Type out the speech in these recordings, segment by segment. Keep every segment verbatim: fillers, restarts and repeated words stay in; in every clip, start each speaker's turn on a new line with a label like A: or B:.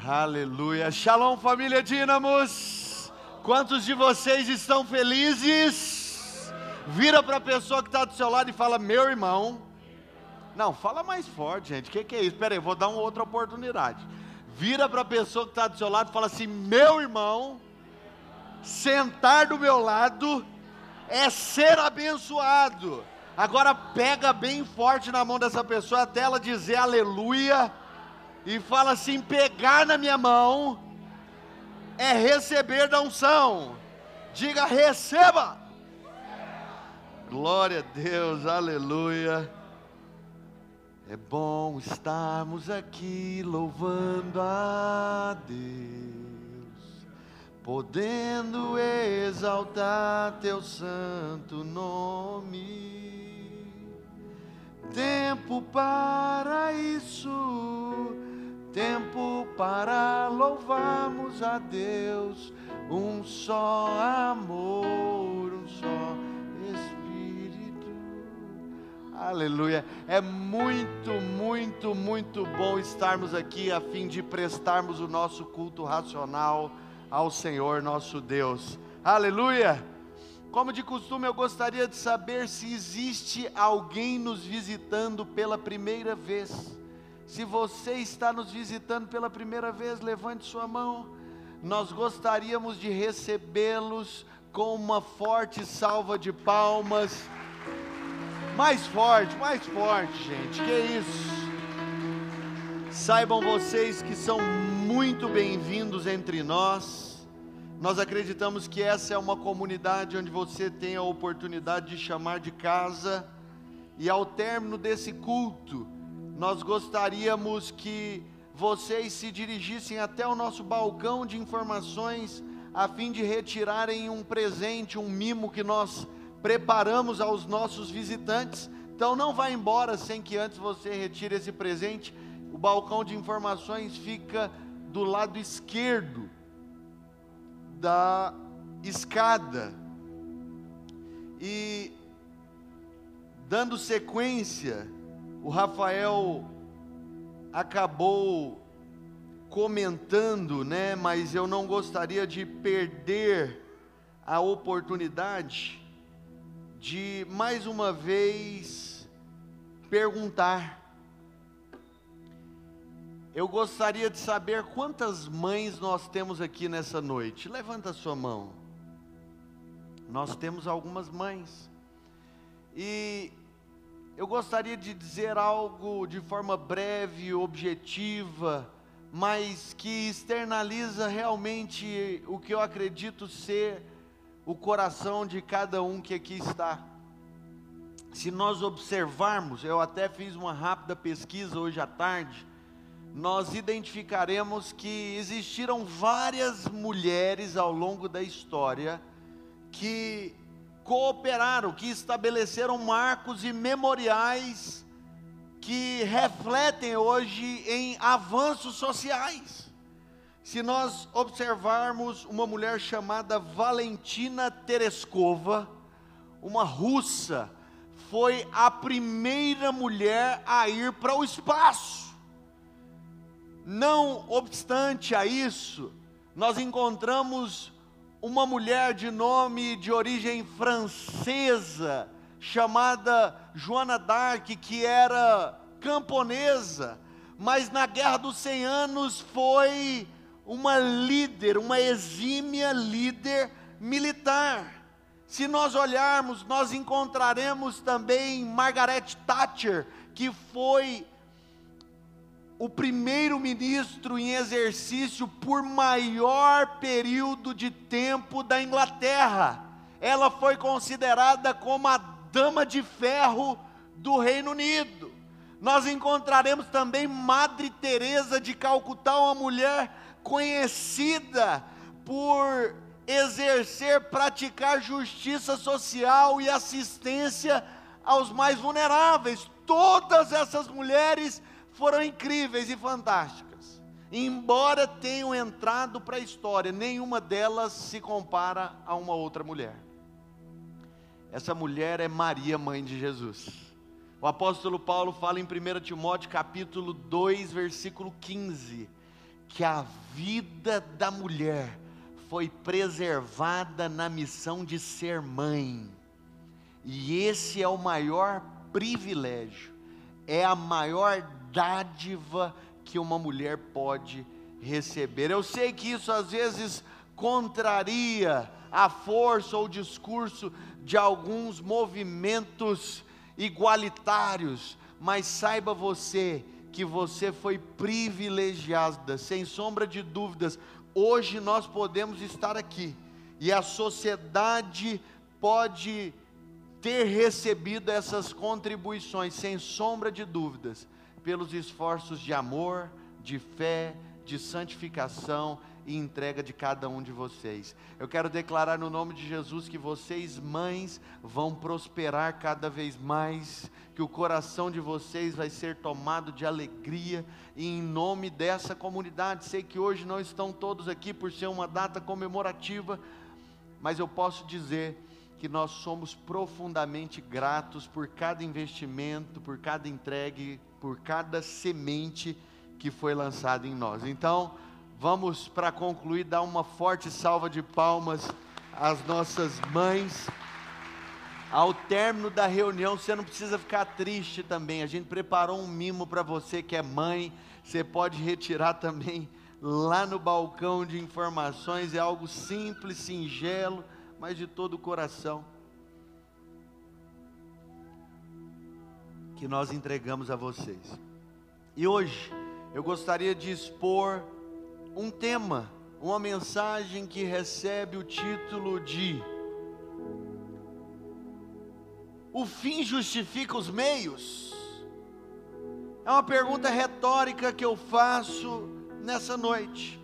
A: Aleluia. Shalom, família Dínamos. Quantos de vocês estão felizes? Vira para a pessoa que está do seu lado e fala: meu irmão. Não, fala mais forte, gente. O que, que é isso? Espera aí, vou dar uma outra oportunidade. Vira para a pessoa que está do seu lado e fala assim: meu irmão, sentar do meu lado é ser abençoado. Agora pega bem forte na mão dessa pessoa até ela dizer aleluia. E fala assim: pegar na minha mão é receber da unção. Diga: receba. Glória a Deus, aleluia. É bom estarmos aqui louvando a Deus, podendo exaltar teu santo nome. Tempo para isso, tempo para louvarmos a Deus, um só amor, um só Espírito. Aleluia. É muito, muito, muito bom estarmos aqui a fim de prestarmos o nosso culto racional ao Senhor nosso Deus. Aleluia. Como de costume, eu gostaria de saber se existe alguém nos visitando pela primeira vez. Se você está nos visitando pela primeira vez, levante sua mão. Nós gostaríamos de recebê-los com uma forte salva de palmas. Mais forte, mais forte, gente. Que isso? Saibam vocês que são muito bem-vindos entre nós. Nós acreditamos que essa é uma comunidade onde você tem a oportunidade de chamar de casa. E ao término desse culto, nós gostaríamos que vocês se dirigissem até o nosso balcão de informações, a fim de retirarem um presente, um mimo que nós preparamos aos nossos visitantes. Então não vá embora sem que antes você retire esse presente. O balcão de informações fica do lado esquerdo da escada. E dando sequência, o Rafael acabou comentando, né? Mas eu não gostaria de perder a oportunidade de mais uma vez perguntar. Eu gostaria de saber quantas mães nós temos aqui nessa noite. Levanta a sua mão. Nós temos algumas mães. E eu gostaria de dizer algo de forma breve, objetiva, mas que externaliza realmente o que eu acredito ser o coração de cada um que aqui está. Se nós observarmos, eu até fiz uma rápida pesquisa hoje à tarde, nós identificaremos que existiram várias mulheres ao longo da história que cooperaram, que estabeleceram marcos e memoriais que refletem hoje em avanços sociais. Se nós observarmos uma mulher chamada Valentina Tereskova, uma russa, foi a primeira mulher a ir para o espaço. Não obstante a isso, nós encontramos uma mulher de nome de origem francesa, chamada Joana d'Arc, que era camponesa, mas na Guerra dos cem anos foi uma líder, uma exímia líder militar. Se nós olharmos, nós encontraremos também Margaret Thatcher, que foi o primeiro-ministro em exercício por maior período de tempo da Inglaterra. Ela foi considerada como a dama de ferro do Reino Unido. Nós encontraremos também Madre Teresa de Calcutá, uma mulher conhecida por exercer, praticar justiça social e assistência aos mais vulneráveis. Todas essas mulheres foram incríveis e fantásticas. Embora tenham entrado para a história, nenhuma delas se compara a uma outra mulher. Essa mulher é Maria, mãe de Jesus. O apóstolo Paulo fala em primeira Timóteo capítulo dois, versículo quinze, que a vida da mulher foi preservada na missão de ser mãe. E esse é o maior privilégio, é a maior dádiva que uma mulher pode receber. Eu sei que isso às vezes contraria a força ou o discurso de alguns movimentos igualitários, mas saiba você que você foi privilegiada, sem sombra de dúvidas. Hoje nós podemos estar aqui, e a sociedade pode ter recebido essas contribuições, sem sombra de dúvidas, pelos esforços de amor, de fé, de santificação e entrega de cada um de vocês. Eu quero declarar no nome de Jesus que vocês, mães, vão prosperar cada vez mais, que o coração de vocês vai ser tomado de alegria, e em nome dessa comunidade, sei que hoje não estão todos aqui por ser uma data comemorativa, mas eu posso dizer que nós somos profundamente gratos por cada investimento, por cada entregue, por cada semente que foi lançada em nós. Então, vamos, para concluir, dar uma forte salva de palmas às nossas mães. Ao término da reunião, você não precisa ficar triste também, a gente preparou um mimo para você que é mãe, você pode retirar também lá no balcão de informações, é algo simples, singelo, mas de todo o coração, que nós entregamos a vocês. E hoje, eu gostaria de expor um tema, uma mensagem que recebe o título de O fim justifica os meios? É uma pergunta retórica que eu faço nessa noite.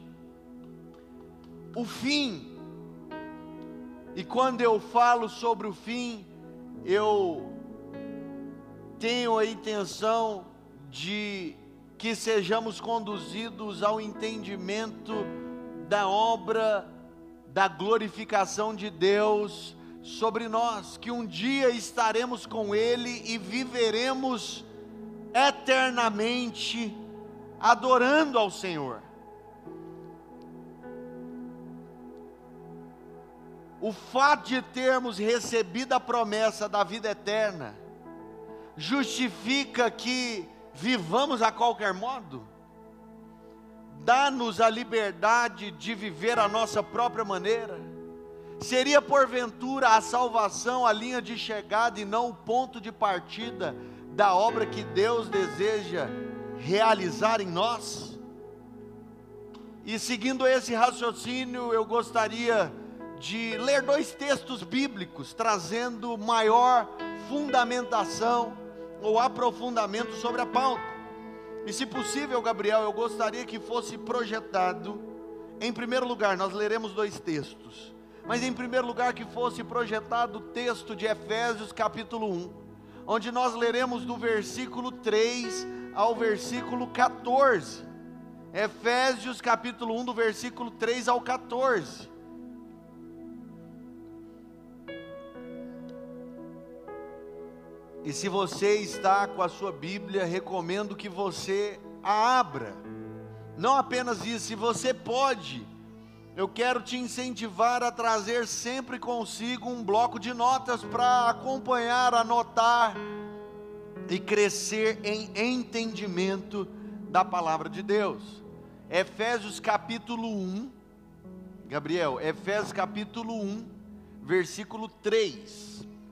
A: O fim, e quando eu falo sobre o fim, eu tenho a intenção de que sejamos conduzidos ao entendimento da obra da glorificação de Deus sobre nós, que um dia estaremos com Ele e viveremos eternamente adorando ao Senhor. O fato de termos recebido a promessa da vida eterna justifica que vivamos a qualquer modo? Dá-nos a liberdade de viver a nossa própria maneira? Seria porventura a salvação a linha de chegada e não o ponto de partida da obra que Deus deseja realizar em nós? E seguindo esse raciocínio, eu gostaria de ler dois textos bíblicos, trazendo maior fundamentação ou aprofundamento sobre a pauta. E se possível, Gabriel, eu gostaria que fosse projetado, em primeiro lugar, nós leremos dois textos, mas em primeiro lugar que fosse projetado o texto de Efésios capítulo um, onde nós leremos do versículo três ao versículo quatorze, Efésios capítulo um, do versículo três ao quatorze, e se você está com a sua Bíblia, recomendo que você a abra. Não apenas isso, se você pode, eu quero te incentivar a trazer sempre consigo um bloco de notas para acompanhar, anotar e crescer em entendimento da palavra de Deus. Efésios capítulo um, Gabriel, Efésios capítulo um, versículo três.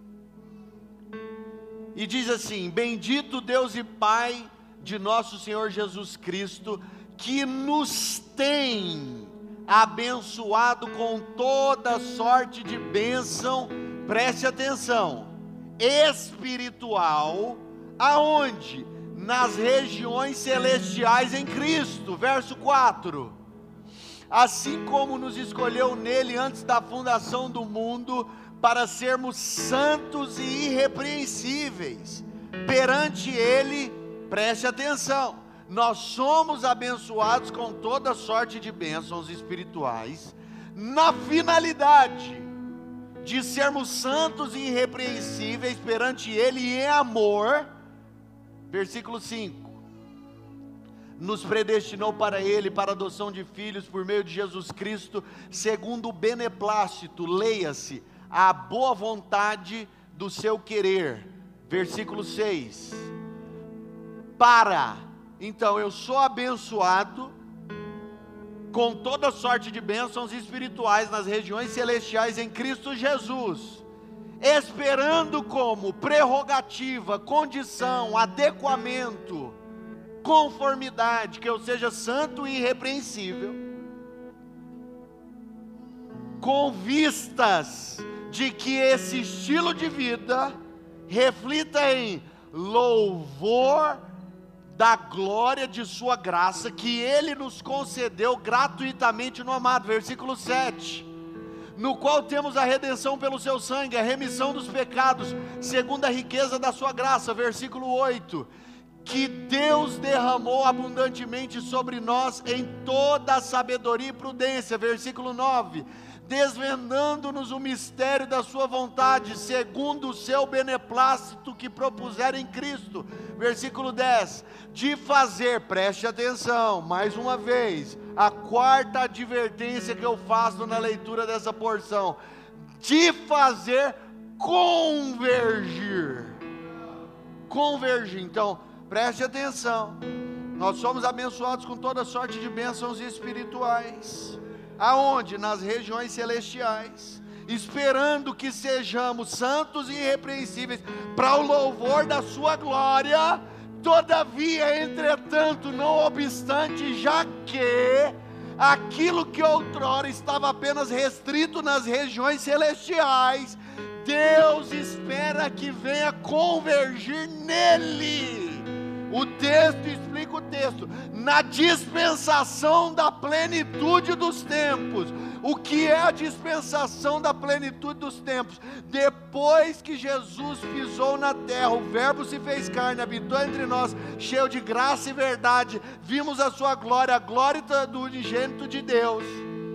A: E diz assim: bendito Deus e Pai de nosso Senhor Jesus Cristo, que nos tem abençoado com toda sorte de bênção, preste atenção, espiritual, aonde? Nas regiões celestiais em Cristo. Verso quatro, assim como nos escolheu nele antes da fundação do mundo, para sermos santos e irrepreensíveis perante Ele, preste atenção, nós somos abençoados com toda sorte de bênçãos espirituais, na finalidade de sermos santos e irrepreensíveis perante Ele em amor. Versículo cinco, nos predestinou para Ele, para a adoção de filhos por meio de Jesus Cristo, segundo o beneplácito, leia-se, a boa vontade do seu querer. Versículo seis. Para, então eu sou abençoado com toda sorte de bênçãos espirituais nas regiões celestiais em Cristo Jesus, esperando como prerrogativa, condição, adequamento, conformidade, que eu seja santo e irrepreensível, com vistas de que esse estilo de vida reflita em louvor da glória de sua graça, que Ele nos concedeu gratuitamente no amado. Versículo sete. No qual temos a redenção pelo seu sangue, a remissão dos pecados, segundo a riqueza da sua graça. Versículo oito. Que Deus derramou abundantemente sobre nós em toda a sabedoria e prudência. Versículo nove. Desvendando-nos o mistério da sua vontade, segundo o seu beneplácito que propuser em Cristo. Versículo dez. De fazer, preste atenção, mais uma vez, a quarta advertência que eu faço na leitura dessa porção, de fazer convergir, convergir, então, preste atenção, nós somos abençoados com toda sorte de bênçãos espirituais. Aonde? Nas regiões celestiais, esperando que sejamos santos e irrepreensíveis, para o louvor da sua glória. Todavia, entretanto, não obstante, já que aquilo que outrora estava apenas restrito nas regiões celestiais, Deus espera que venha convergir nele. O texto explica o texto, na dispensação da plenitude dos tempos. O que é a dispensação da plenitude dos tempos? Depois que Jesus pisou na terra, o verbo se fez carne, habitou entre nós, cheio de graça e verdade, vimos a sua glória, a glória do unigênito de Deus,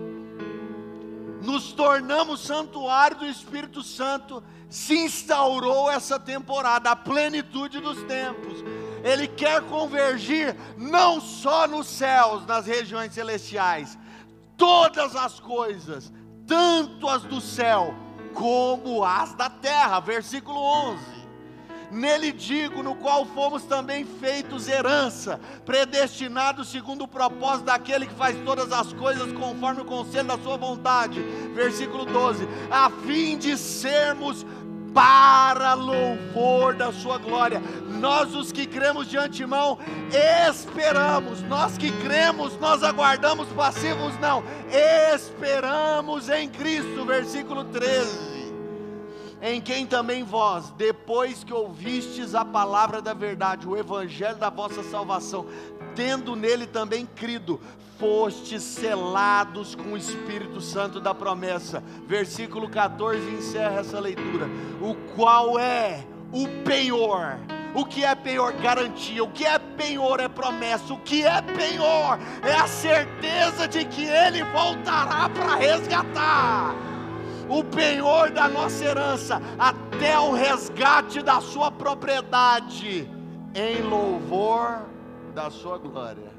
A: nos tornamos santuário do Espírito Santo, se instaurou essa temporada, a plenitude dos tempos. Ele quer convergir não só nos céus, nas regiões celestiais, todas as coisas, tanto as do céu como as da terra. Versículo onze. Nele digo, no qual fomos também feitos herança, predestinados segundo o propósito daquele que faz todas as coisas conforme o conselho da sua vontade. Versículo doze. A fim de sermos para louvor da sua glória. Nós, os que cremos de antemão, esperamos. Nós que cremos, nós aguardamos passivos, não. Esperamos em Cristo. Versículo treze. Em quem também vós, depois que ouvistes a palavra da verdade, o evangelho da vossa salvação, tendo nele também crido, fostes selados com o Espírito Santo da promessa. Versículo quatorze encerra essa leitura. O qual é o penhor. O que é penhor? Garantia. O que é penhor? É promessa. O que é penhor? É a certeza de que Ele voltará para resgatar. O penhor da nossa herança, até o resgate da sua propriedade, em louvor da sua glória.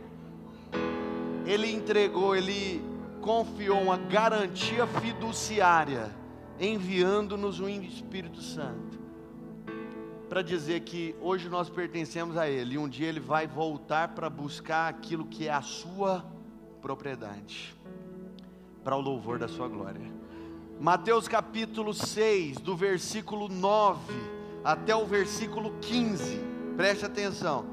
A: Ele entregou, Ele confiou uma garantia fiduciária, enviando-nos o Espírito Santo, para dizer que hoje nós pertencemos a Ele, e um dia Ele vai voltar para buscar aquilo que é a sua propriedade, para o louvor da sua glória. Mateus capítulo seis, do versículo nove até o versículo quinze, preste atenção.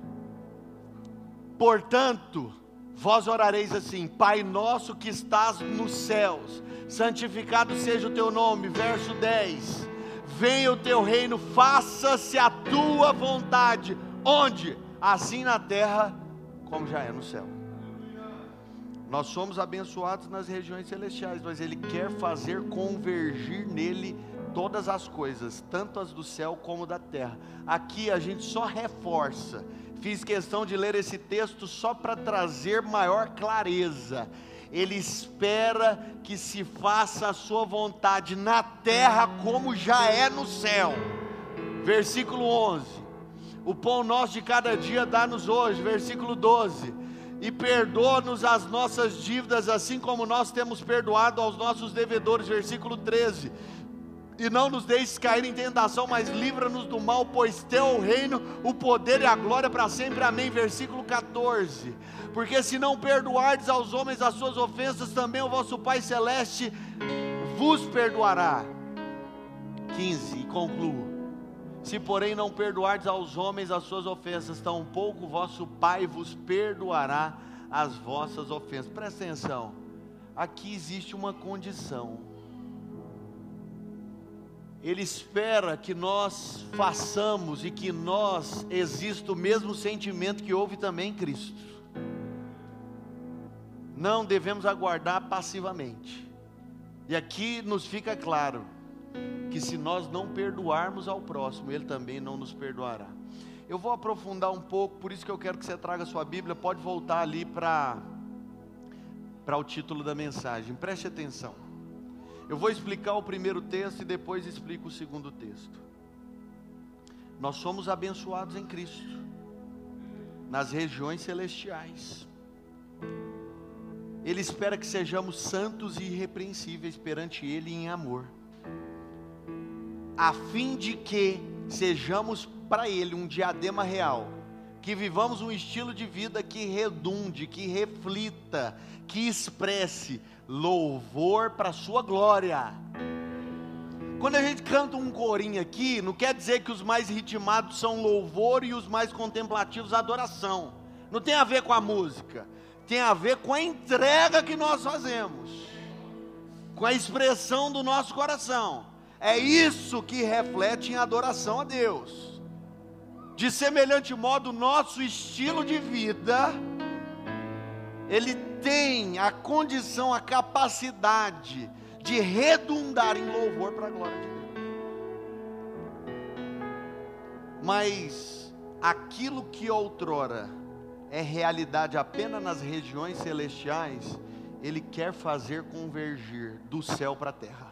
A: Portanto, vós orareis assim: Pai nosso que estás nos céus, santificado seja o teu nome. Verso dez. Venha o teu reino, faça-se a tua vontade. Onde? Assim na terra como já é no céu. Nós somos abençoados nas regiões celestiais, mas Ele quer fazer convergir nele todas as coisas, tanto as do céu como da terra. Aqui a gente só reforça. Fiz questão de ler esse texto só para trazer maior clareza. Ele espera que se faça a sua vontade na terra como já é no céu. Versículo onze. O pão nosso de cada dia dá-nos hoje, versículo doze. E perdoa-nos as nossas dívidas, assim como nós temos perdoado aos nossos devedores, versículo treze. E não nos deixes cair em tentação, mas livra-nos do mal, pois teu é o reino, o poder e a glória para sempre, amém, versículo quatorze. Porque se não perdoardes aos homens as suas ofensas, também o vosso Pai Celeste vos perdoará. quinze, e concluo. Se porém não perdoardes aos homens as suas ofensas, tampouco o vosso Pai vos perdoará as vossas ofensas. Presta atenção, aqui existe uma condição. Ele espera que nós façamos e que nós exista o mesmo sentimento que houve também em Cristo. Não devemos aguardar passivamente. E aqui nos fica claro que se nós não perdoarmos ao próximo, Ele também não nos perdoará. Eu vou aprofundar um pouco, por isso que eu quero que você traga a sua Bíblia. Pode voltar ali para para o título da mensagem, preste atenção. Eu vou explicar o primeiro texto e depois explico o segundo texto. Nós somos abençoados em Cristo, nas regiões celestiais. Ele espera que sejamos santos e irrepreensíveis perante Ele em amor, a fim de que sejamos para Ele um diadema real, que vivamos um estilo de vida que redunde, que reflita, que expresse louvor para a sua glória. Quando a gente canta um corinho aqui, não quer dizer que os mais ritmados são louvor e os mais contemplativos adoração. Não tem a ver com a música, tem a ver com a entrega que nós fazemos, com a expressão do nosso coração. É isso que reflete em adoração a Deus. De semelhante modo, o nosso estilo de vida, ele tem a condição, a capacidade de redundar em louvor para a glória de Deus. Mas aquilo que outrora é realidade apenas nas regiões celestiais, Ele quer fazer convergir do céu para a terra.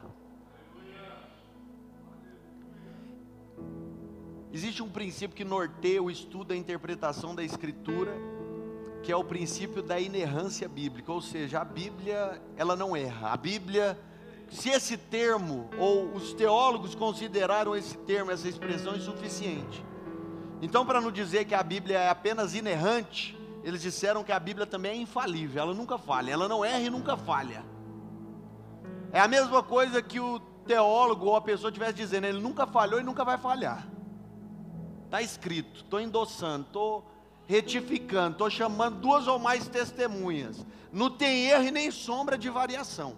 A: Existe um princípio que norteia o estudo e a interpretação da Escritura, que é o princípio da inerrância bíblica, ou seja, a Bíblia, ela não erra. A Bíblia, se esse termo, ou os teólogos consideraram esse termo, essa expressão insuficiente, então para não dizer que a Bíblia é apenas inerrante, eles disseram que a Bíblia também é infalível, ela nunca falha, ela não erra e nunca falha. É a mesma coisa que o teólogo ou a pessoa estivesse dizendo, ele nunca falhou e nunca vai falhar. Está escrito, estou endossando, estou retificando, estou chamando duas ou mais testemunhas, não tem erro e nem sombra de variação.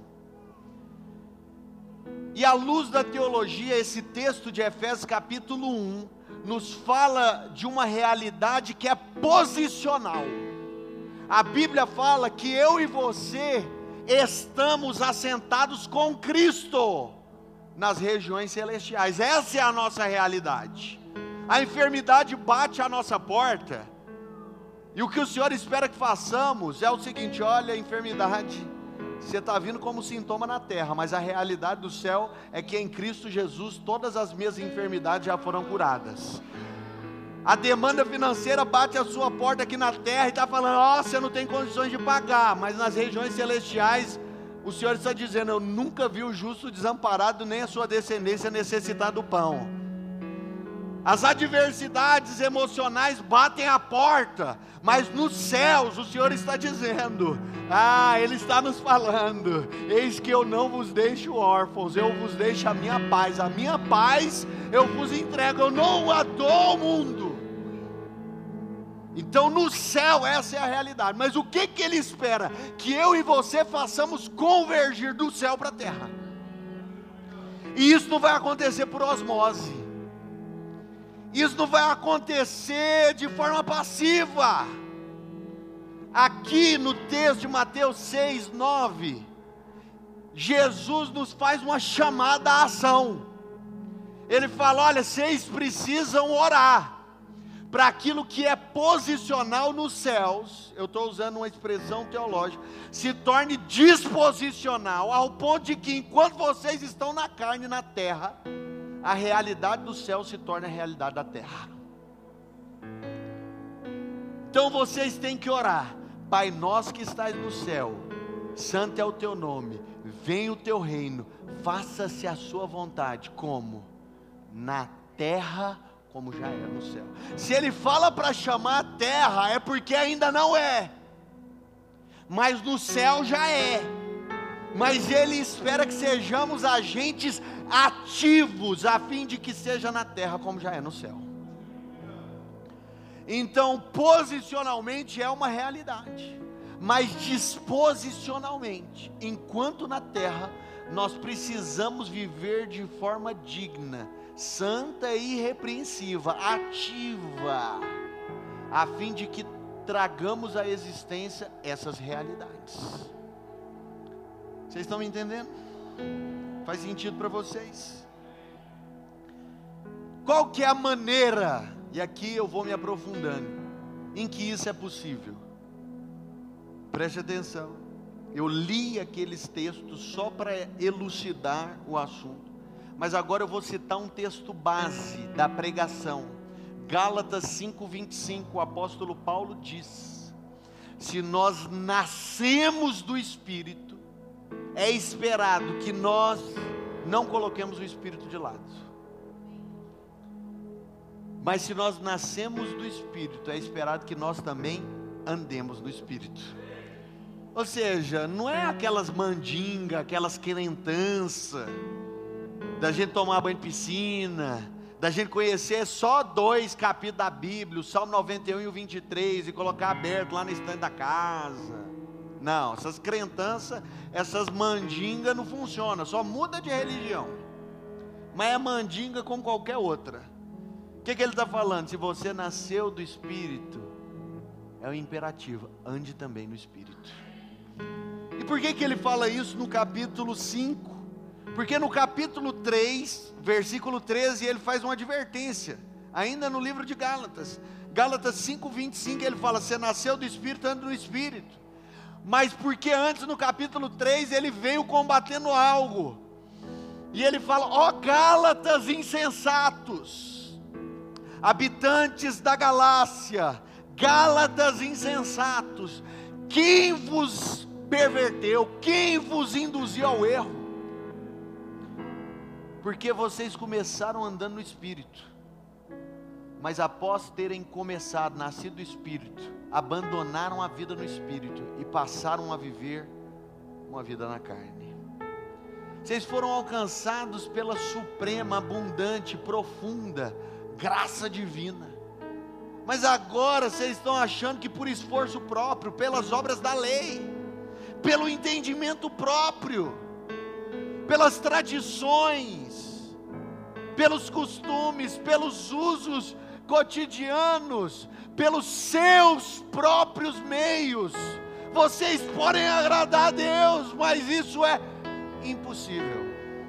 A: E à luz da teologia, esse texto de Efésios capítulo um, nos fala de uma realidade que é posicional. A Bíblia fala que eu e você estamos assentados com Cristo nas regiões celestiais. Essa é a nossa realidade. A enfermidade bate à nossa porta, e o que o Senhor espera que façamos é o seguinte: olha, a enfermidade, você está vindo como sintoma na terra, mas a realidade do céu é que em Cristo Jesus todas as minhas enfermidades já foram curadas. A demanda financeira bate à sua porta aqui na terra e está falando, ó, oh, você não tem condições de pagar, mas nas regiões celestiais o Senhor está dizendo, eu nunca vi o justo desamparado, nem a sua descendência necessitar do pão. As adversidades emocionais batem à porta, mas nos céus o Senhor está dizendo, ah, Ele está nos falando, eis que eu não vos deixo órfãos, eu vos deixo a minha paz, a minha paz eu vos entrego, eu não a dou ao mundo. Então no céu essa é a realidade, mas o que que Ele espera? Que eu e você façamos convergir do céu para a terra, e isso não vai acontecer por osmose. Isso não vai acontecer de forma passiva. Aqui no texto de Mateus seis, nove, Jesus nos faz uma chamada à ação. Ele fala, olha, vocês precisam orar, para aquilo que é posicional nos céus, eu estou usando uma expressão teológica, se torne disposicional, ao ponto de que enquanto vocês estão na carne, na terra, a realidade do céu se torna a realidade da terra. Então vocês têm que orar: Pai nosso que estás no céu, santo é o teu nome, venha o teu reino, faça-se a sua vontade, como? Na terra como já é no céu. Se ele fala para chamar a terra, é porque ainda não é, mas no céu já é. Mas ele espera que sejamos agentes ativos, a fim de que seja na terra como já é no céu. Então, posicionalmente é uma realidade, mas disposicionalmente, enquanto na terra, nós precisamos viver de forma digna, santa e irrepreensível, ativa, a fim de que tragamos à existência essas realidades. Vocês estão me entendendo? Faz sentido para vocês? Qual que é a maneira, e aqui eu vou me aprofundando, em que isso é possível? Preste atenção. Eu li aqueles textos só para elucidar o assunto, mas agora eu vou citar um texto base da pregação. Gálatas cinco, vinte e cinco, o apóstolo Paulo diz: se nós nascemos do Espírito, é esperado que nós não coloquemos o Espírito de lado. Mas se nós nascemos do Espírito, é esperado que nós também andemos no Espírito. Ou seja, não é aquelas mandingas, aquelas querentanças, da gente tomar banho de piscina, da gente conhecer só dois capítulos da Bíblia, o Salmo noventa e um e o vinte e três, e colocar aberto lá na estante da casa. Não, essas crentanças, essas mandingas não funcionam, só muda de religião, mas é mandinga como qualquer outra. O que, que ele está falando? Se você nasceu do Espírito, é o imperativo, ande também no Espírito. E por que, que ele fala isso no capítulo cinco? Porque no capítulo três, versículo treze, ele faz uma advertência, ainda no livro de Gálatas. Gálatas cinco, vinte e cinco, ele fala: você nasceu do Espírito, ande no Espírito. Mas porque antes, no capítulo três, ele veio combatendo algo, e ele fala: ó Gálatas insensatos, habitantes da Galácia, Gálatas insensatos, quem vos perverteu, quem vos induziu ao erro? Porque vocês começaram andando no Espírito, mas após terem começado, nascido do Espírito, abandonaram a vida no Espírito e passaram a viver uma vida na carne. Vocês foram alcançados pela suprema, abundante, profunda graça divina, mas agora vocês estão achando que por esforço próprio, pelas obras da lei, pelo entendimento próprio, pelas tradições, pelos costumes, pelos usos cotidianos, pelos seus próprios meios, vocês podem agradar a Deus, mas isso é impossível.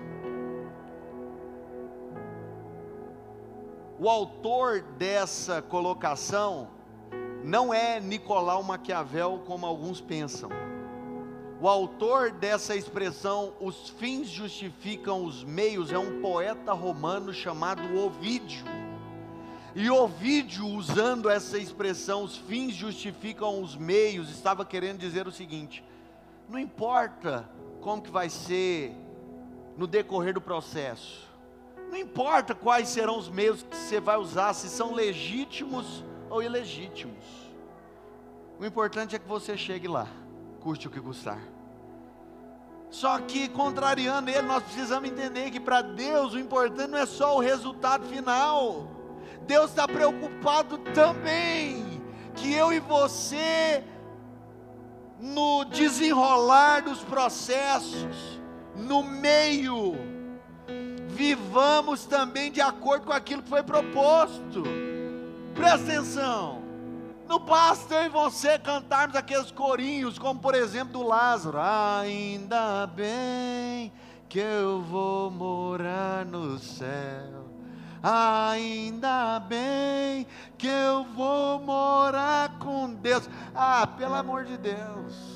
A: O autor dessa colocação não é Nicolau Maquiavel, como alguns pensam. O autor dessa expressão, os fins justificam os meios, é um poeta romano chamado Ovídio. E Ovídio, usando essa expressão, os fins justificam os meios, estava querendo dizer o seguinte: não importa como que vai ser no decorrer do processo, não importa quais serão os meios que você vai usar, se são legítimos ou ilegítimos, o importante é que você chegue lá, custe o que custar. Só que, contrariando ele, nós precisamos entender que para Deus o importante não é só o resultado final. Deus está preocupado também que eu e você, no desenrolar dos processos, no meio, vivamos também de acordo com aquilo que foi proposto. Presta atenção, não basta eu e você cantarmos aqueles corinhos, como por exemplo do Lázaro: ainda bem que eu vou morar no céu, ainda bem que eu vou morar com Deus. Ah, pelo amor de Deus,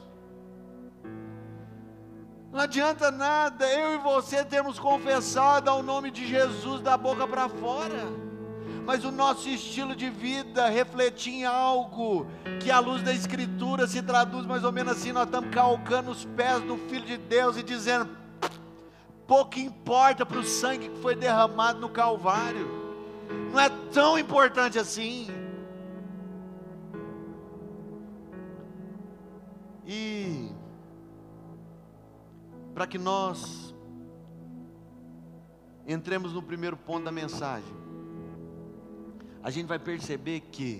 A: não adianta nada eu e você termos confessado ao nome de Jesus da boca para fora, mas o nosso estilo de vida refletir em algo que à luz da Escritura se traduz mais ou menos assim: nós estamos calcando os pés do Filho de Deus e dizendo, pouco importa para o sangue que foi derramado no Calvário, não é tão importante assim. E para que nós entremos no primeiro ponto da mensagem, a gente vai perceber que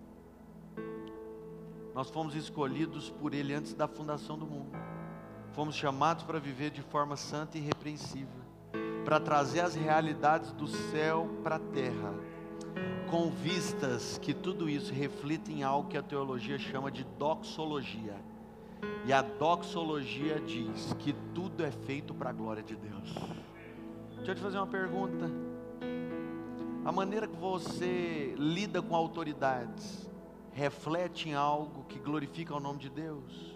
A: nós fomos escolhidos por Ele antes da fundação do mundo. Fomos chamados para viver de forma santa e irrepreensível, para trazer as realidades do céu para a terra, com vistas que tudo isso reflita em algo que a teologia chama de doxologia. E a doxologia diz que tudo é feito para a glória de Deus. Deixa eu te fazer uma pergunta. A maneira que você lida com autoridades reflete em algo que glorifica o nome de Deus?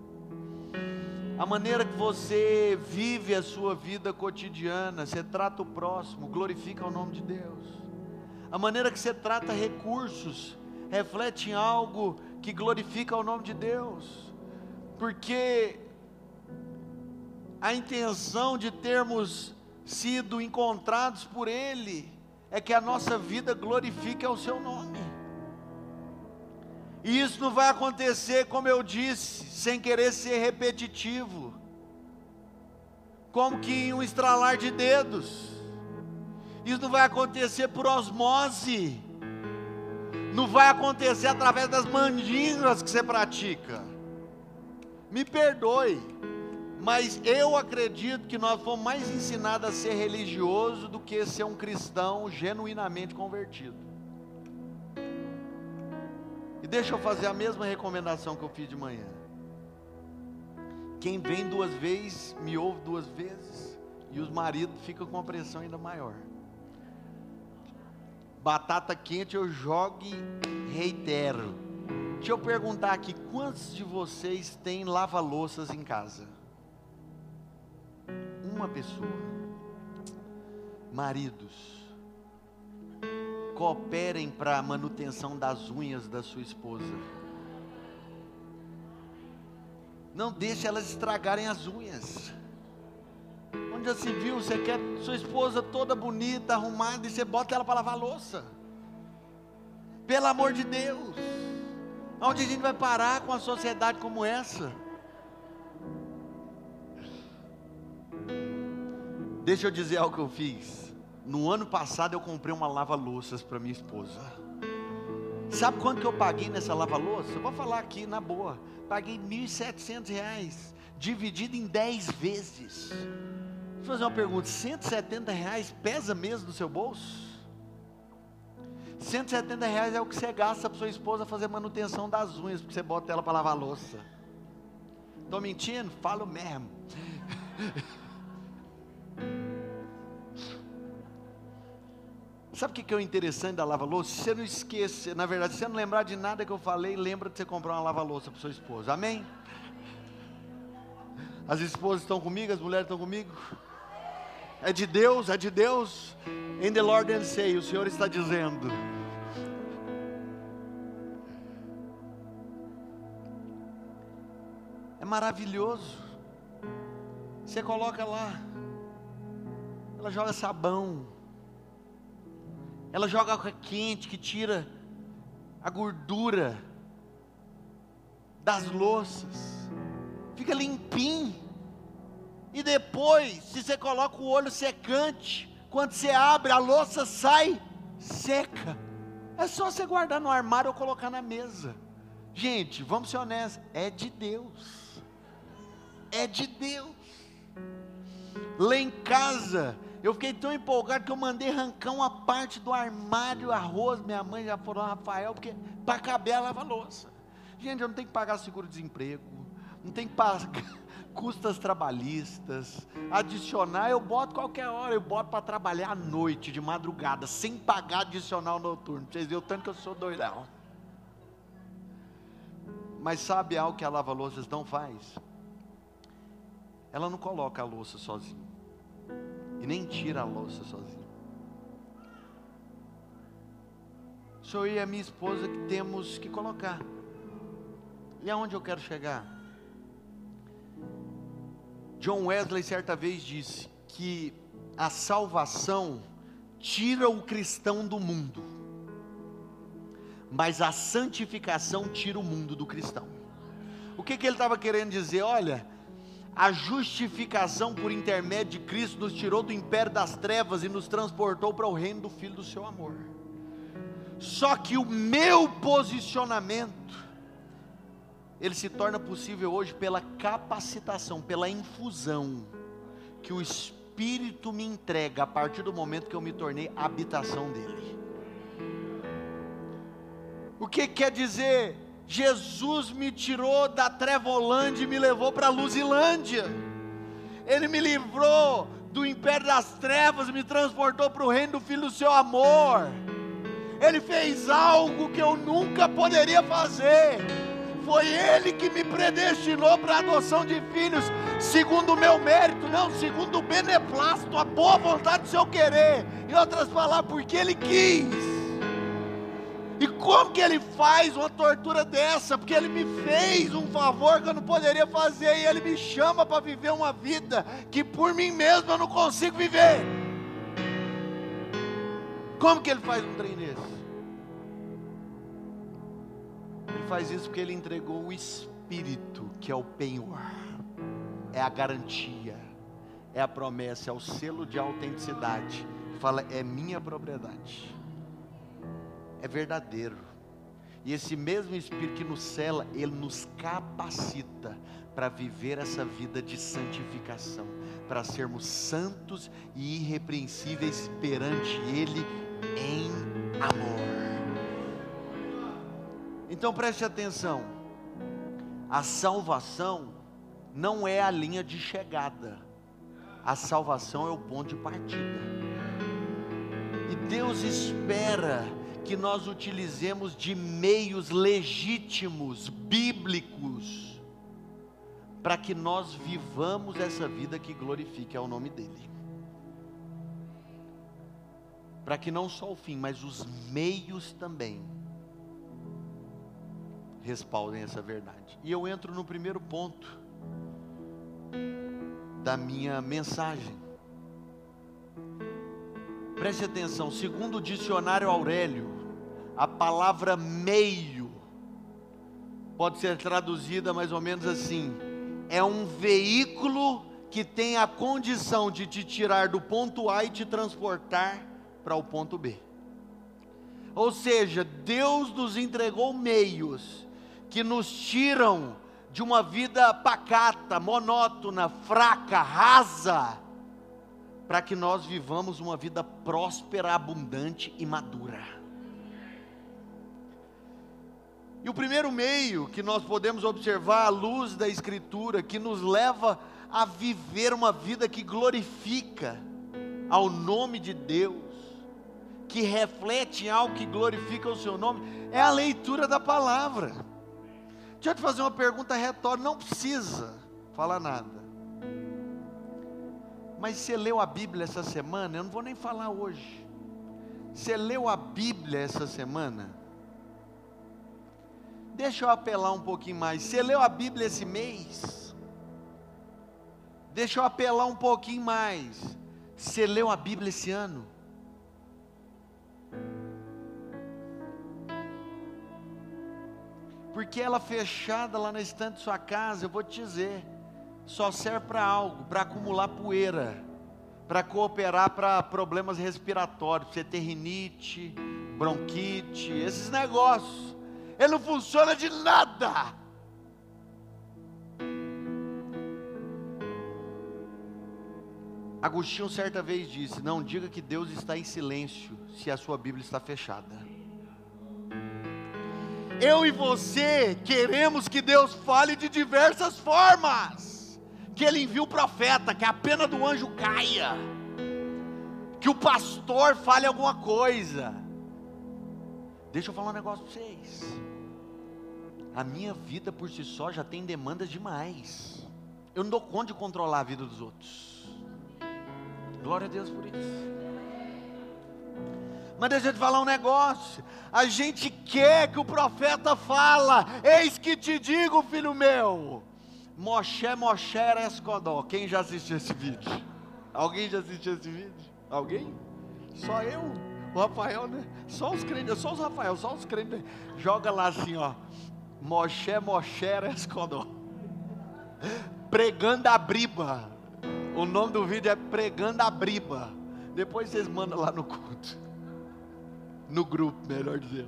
A: A maneira que você vive a sua vida cotidiana, você trata o próximo, glorifica o nome de Deus? A maneira que você trata recursos reflete em algo que glorifica o nome de Deus? Porque a intenção de termos sido encontrados por Ele é que a nossa vida glorifique ao seu nome. E isso não vai acontecer, como eu disse, sem querer ser repetitivo, como que em um estralar de dedos. Isso não vai acontecer por osmose, não vai acontecer através das mandingas que você pratica. Me perdoe, mas eu acredito que nós fomos mais ensinados a ser religioso do que ser um cristão genuinamente convertido. E deixa eu fazer a mesma recomendação que eu fiz de manhã. Quem vem duas vezes, me ouve duas vezes, e os maridos ficam com uma pressão ainda maior. Batata quente eu jogo e reitero. Deixa eu perguntar aqui, quantos de vocês têm lava-louças em casa? Uma pessoa. Maridos, cooperem para a manutenção das unhas da sua esposa. Não deixe elas estragarem as unhas. Onde já se viu, você quer sua esposa toda bonita, arrumada, e você bota ela para lavar a louça? Pelo amor de Deus, onde a gente vai parar com a sociedade como essa? Deixa eu dizer algo que eu fiz. No ano passado eu comprei uma lava-louças para minha esposa. Sabe quanto que eu paguei nessa lava-louça? Eu vou falar aqui na boa. Paguei mil e setecentos reais, dividido em dez vezes. Vou fazer uma pergunta: cento e setenta reais pesa mesmo no seu bolso? cento e setenta reais é o que você gasta para sua esposa fazer manutenção das unhas, porque você bota ela para lavar a louça. Estou mentindo? Falo mesmo. Sabe o que é o interessante da lava-louça? Se você não esquecer, na verdade, se você não lembrar de nada que eu falei, lembra de você comprar uma lava-louça para sua esposa, amém? As esposas estão comigo, as mulheres estão comigo? É de Deus, é de Deus. In the Lord and say, o Senhor está dizendo. É maravilhoso. Você coloca lá, ela joga sabão, ela joga água quente que tira a gordura das louças, fica limpinho. E depois, se você coloca o olho secante, quando você abre, a louça sai seca. É só você guardar no armário ou colocar na mesa. Gente, vamos ser honestos, é de Deus. É de Deus. Lá em casa, eu fiquei tão empolgado que eu mandei arrancar uma parte do armário, arroz. Minha mãe já falou, Rafael, porque para caber a lava-louça. Gente, eu não tenho que pagar seguro-desemprego, não tenho que pagar custas trabalhistas, adicionar, eu boto qualquer hora, eu boto para trabalhar à noite, de madrugada, sem pagar adicional noturno. Vocês viram o tanto que eu sou doidão. Mas sabe algo que a lava-louças não faz? Ela não coloca a louça sozinha, e nem tira a louça sozinha. sou eu e a minha esposa que temos que colocar. E aonde eu quero chegar? John Wesley certa vez disse que a salvação tira o cristão do mundo, mas a santificação tira o mundo do cristão. O que, que ele estava querendo dizer? Olha, a justificação por intermédio de Cristo nos tirou do império das trevas e nos transportou para o reino do Filho do seu amor. Só que o meu posicionamento, ele se torna possível hoje pela capacitação, pela infusão que o Espírito me entrega a partir do momento que eu me tornei a habitação dele. O que quer dizer? Jesus me tirou da Trevolândia e me levou para a Luzilândia. Ele me livrou do império das trevas e me transportou para o reino do Filho do seu amor. Ele fez algo que eu nunca poderia fazer. Foi Ele que me predestinou para a adoção de filhos, segundo o meu mérito, não, segundo o beneplácito, a boa vontade do seu querer. Em outras palavras, porque Ele quis. E como que Ele faz uma tortura dessa? Porque Ele me fez um favor que eu não poderia fazer, e Ele me chama para viver uma vida que por mim mesmo eu não consigo viver. Como que Ele faz um trem desse? Ele faz isso porque Ele entregou o Espírito, que é o penhor, é a garantia, é a promessa, é o selo de autenticidade. Fala, é minha propriedade, é verdadeiro. E esse mesmo Espírito que nos sela, Ele nos capacita para viver essa vida de santificação, para sermos santos e irrepreensíveis perante Ele em amor. Então preste atenção, a salvação não é a linha de chegada, a salvação é o ponto de partida. E Deus espera que nós utilizemos de meios legítimos, bíblicos, para que nós vivamos essa vida que glorifique ao nome dEle. Para que não só o fim, mas os meios também respaldem essa verdade. E eu entro no primeiro ponto da minha mensagem. Preste atenção, segundo o dicionário Aurélio, a palavra meio pode ser traduzida mais ou menos assim: é um veículo que tem a condição de te tirar do ponto A e te transportar para o ponto B. Ou seja, Deus nos entregou meios que nos tiram de uma vida pacata, monótona, fraca, rasa, para que nós vivamos uma vida próspera, abundante e madura. E o primeiro meio que nós podemos observar à luz da Escritura, que nos leva a viver uma vida que glorifica ao nome de Deus, que reflete algo que glorifica o seu nome, é a leitura da palavra. Deixa eu te fazer uma pergunta retórica, não precisa falar nada. Mas você leu a Bíblia essa semana? Eu não vou nem falar hoje. Você leu a Bíblia essa semana? Deixa eu apelar um pouquinho mais. Você leu a Bíblia esse mês? Deixa eu apelar um pouquinho mais. Você leu a Bíblia esse ano? Porque ela fechada lá na estante de sua casa, eu vou te dizer, só serve para algo, para acumular poeira, para cooperar para problemas respiratórios, para você ter rinite, bronquite, esses negócios. Ele não funciona de nada. Agostinho certa vez disse: não diga que Deus está em silêncio se a sua Bíblia está fechada. Eu e você queremos que Deus fale de diversas formas, que Ele envie o profeta, que a pena do anjo caia, que o pastor fale alguma coisa. Deixa eu falar um negócio para vocês, a minha vida por si só já tem demandas demais, eu não dou conta de controlar a vida dos outros, glória a Deus por isso. Mas deixa eu te falar um negócio, a gente quer que o profeta fala, eis que te digo, filho meu, Moshe, Moshe era Escodó. Quem já assistiu esse vídeo? Alguém já assistiu esse vídeo? Alguém? Só eu? O Rafael, né? Só os crentes, só os Rafael, só os crentes. Joga lá assim, ó, Moshe, Moshe era Escodó. Pregando a briba. O nome do vídeo é Pregando a Briba. Depois vocês mandam lá no culto, no grupo, melhor dizendo.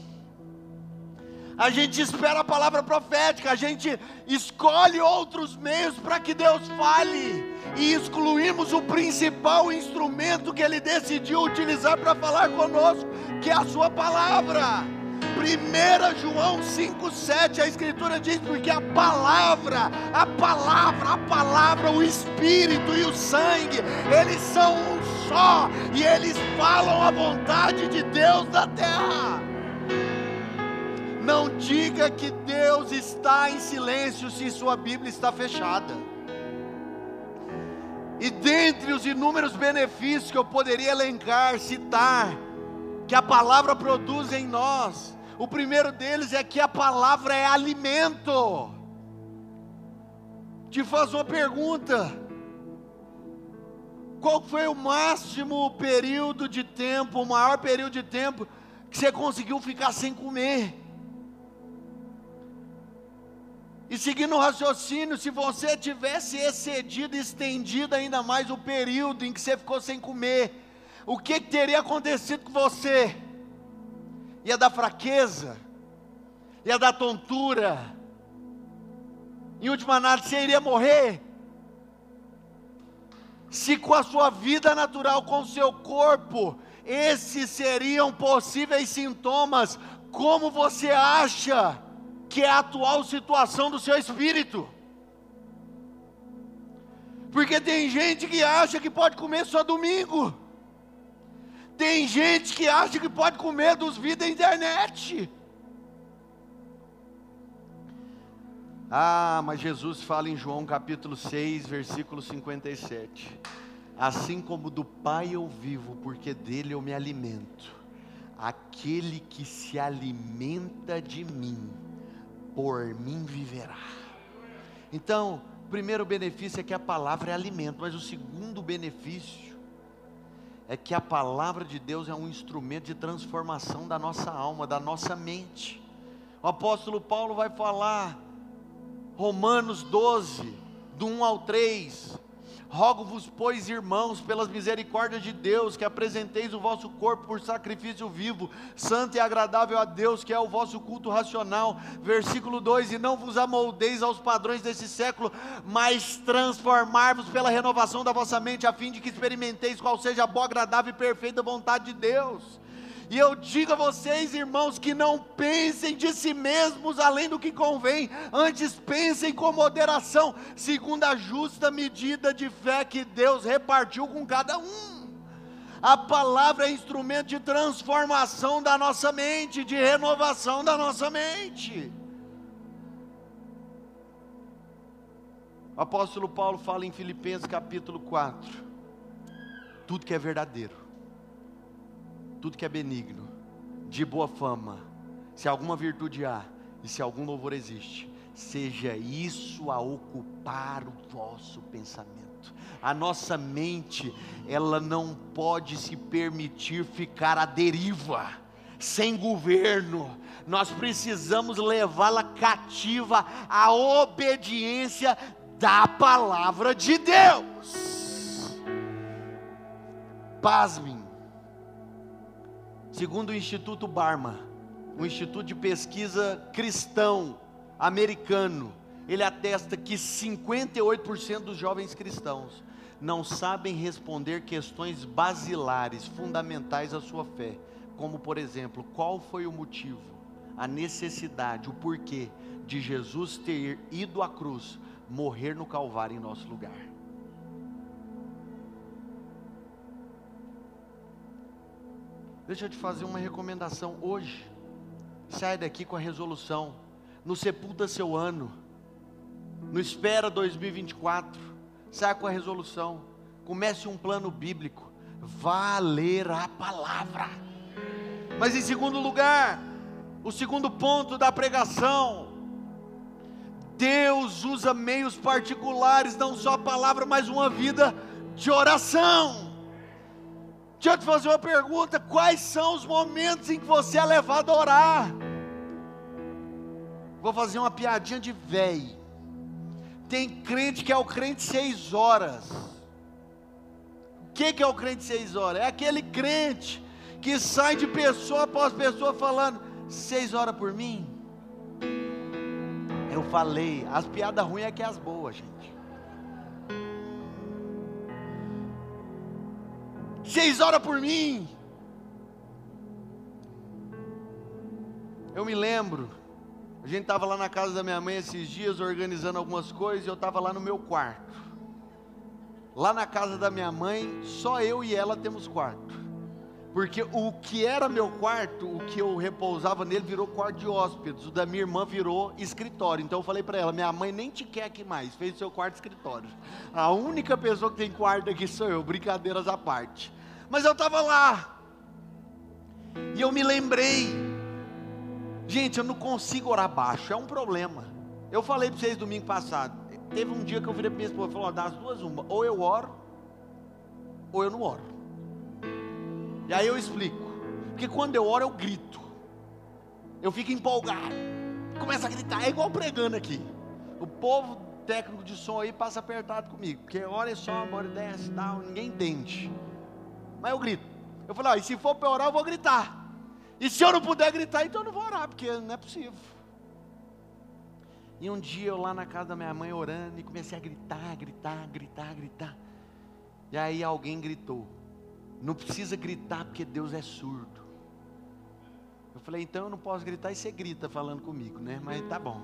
A: A gente espera a palavra profética, a gente escolhe outros meios para que Deus fale, e excluímos o principal instrumento que Ele decidiu utilizar para falar conosco, que é a sua palavra. primeira João cinco, sete, a Escritura diz, porque a palavra, a palavra, a palavra, o Espírito e o sangue, eles são um só, e eles falam a vontade de Deus na terra. Não diga que Deus está em silêncio se sua Bíblia está fechada. E dentre os inúmeros benefícios que eu poderia elencar, citar, que a palavra produz em nós, o primeiro deles é que a palavra é alimento. Te faço uma pergunta: qual foi o máximo período de tempo, o maior período de tempo que você conseguiu ficar sem comer? E seguindo o raciocínio, se você tivesse excedido, estendido ainda mais o período em que você ficou sem comer, o que, que teria acontecido com você? Ia dar fraqueza, ia dar tontura, em última análise você iria morrer. Se com a sua vida natural, com o seu corpo, esses seriam possíveis sintomas, como você acha que é a atual situação do seu espírito? Porque tem gente que acha que pode comer só domingo, tem gente que acha que pode comer dos vídeos da internet. Ah, mas Jesus fala em João capítulo seis, versículo cinquenta e sete, assim como do Pai eu vivo, porque dele eu me alimento, aquele que se alimenta de mim, por mim viverá. Então, o primeiro benefício é que a palavra é alimento, mas o segundo benefício é que a palavra de Deus é um instrumento de transformação da nossa alma, da nossa mente. O apóstolo Paulo vai falar, Romanos doze, do um ao três, rogo-vos, pois, irmãos, pelas misericórdias de Deus, que apresenteis o vosso corpo por sacrifício vivo, santo e agradável a Deus, que é o vosso culto racional. Versículo dois, e não vos amoldeis aos padrões desse século, mas transformar-vos pela renovação da vossa mente, a fim de que experimenteis qual seja a boa, agradável e perfeita vontade de Deus. E eu digo a vocês, irmãos, que não pensem de si mesmos além do que convém, antes pensem com moderação, segundo a justa medida de fé que Deus repartiu com cada um. A palavra é instrumento de transformação da nossa mente, de renovação da nossa mente. O apóstolo Paulo fala em Filipenses capítulo quatro, tudo que é verdadeiro, tudo que é benigno, de boa fama, se alguma virtude há, e se algum louvor existe, seja isso a ocupar o vosso pensamento. A nossa mente, ela não pode se permitir ficar à deriva, sem governo. Nós precisamos levá-la cativa à obediência da palavra de Deus. Pasmem, segundo o Instituto Barna, um instituto de pesquisa cristão americano, ele atesta que cinquenta e oito por cento dos jovens cristãos não sabem responder questões basilares, fundamentais à sua fé, como por exemplo, qual foi o motivo, a necessidade, o porquê de Jesus ter ido à cruz, morrer no Calvário em nosso lugar. Deixa eu te fazer uma recomendação hoje. Sai daqui com a resolução. Não sepulta seu ano. Não espera dois mil e vinte e quatro. Sai com a resolução. Comece um plano bíblico. Vá ler a palavra. Mas em segundo lugar, o segundo ponto da pregação, Deus usa meios particulares, não só a palavra, mas uma vida de oração. Deixa eu te fazer uma pergunta: quais são os momentos em que você é levado a orar? Vou fazer uma piadinha de véi. Tem crente que é o crente seis horas. O que, que é o crente seis horas? É aquele crente que sai de pessoa após pessoa falando: seis horas por mim? Eu falei, as piadas ruins é que é as boas, gente. Seis horas por mim. Eu me lembro, a gente estava lá na casa da minha mãe esses dias, organizando algumas coisas, e eu estava lá no meu quarto. Lá na casa da minha mãe, só eu e ela temos quarto. Porque o que era meu quarto, o que eu repousava nele, virou quarto de hóspedes. O da minha irmã virou escritório. Então eu falei para ela: minha mãe nem te quer aqui mais, fez o seu quarto escritório. A única pessoa que tem quarto aqui sou eu, brincadeiras à parte. Mas eu estava lá, e eu me lembrei, gente, eu não consigo orar baixo, é um problema. Eu falei para vocês domingo passado, teve um dia que eu virei para minha esposa e falei: ó, das duas uma, ou eu oro, ou eu não oro. E aí eu explico, porque quando eu oro eu grito, eu fico empolgado, começo a gritar, é igual pregando aqui. O povo técnico de som aí passa apertado comigo, porque hora é só, uma hora desce e tal, ninguém entende. Mas eu grito. Eu falei: ó, e se for para orar eu vou gritar. E se eu não puder gritar, então eu não vou orar, porque não é possível. E um dia eu lá na casa da minha mãe orando, e comecei a gritar, gritar, gritar, gritar. E aí alguém gritou: não precisa gritar porque Deus é surdo. Eu falei: então eu não posso gritar, e você grita falando comigo, né? Mas tá bom.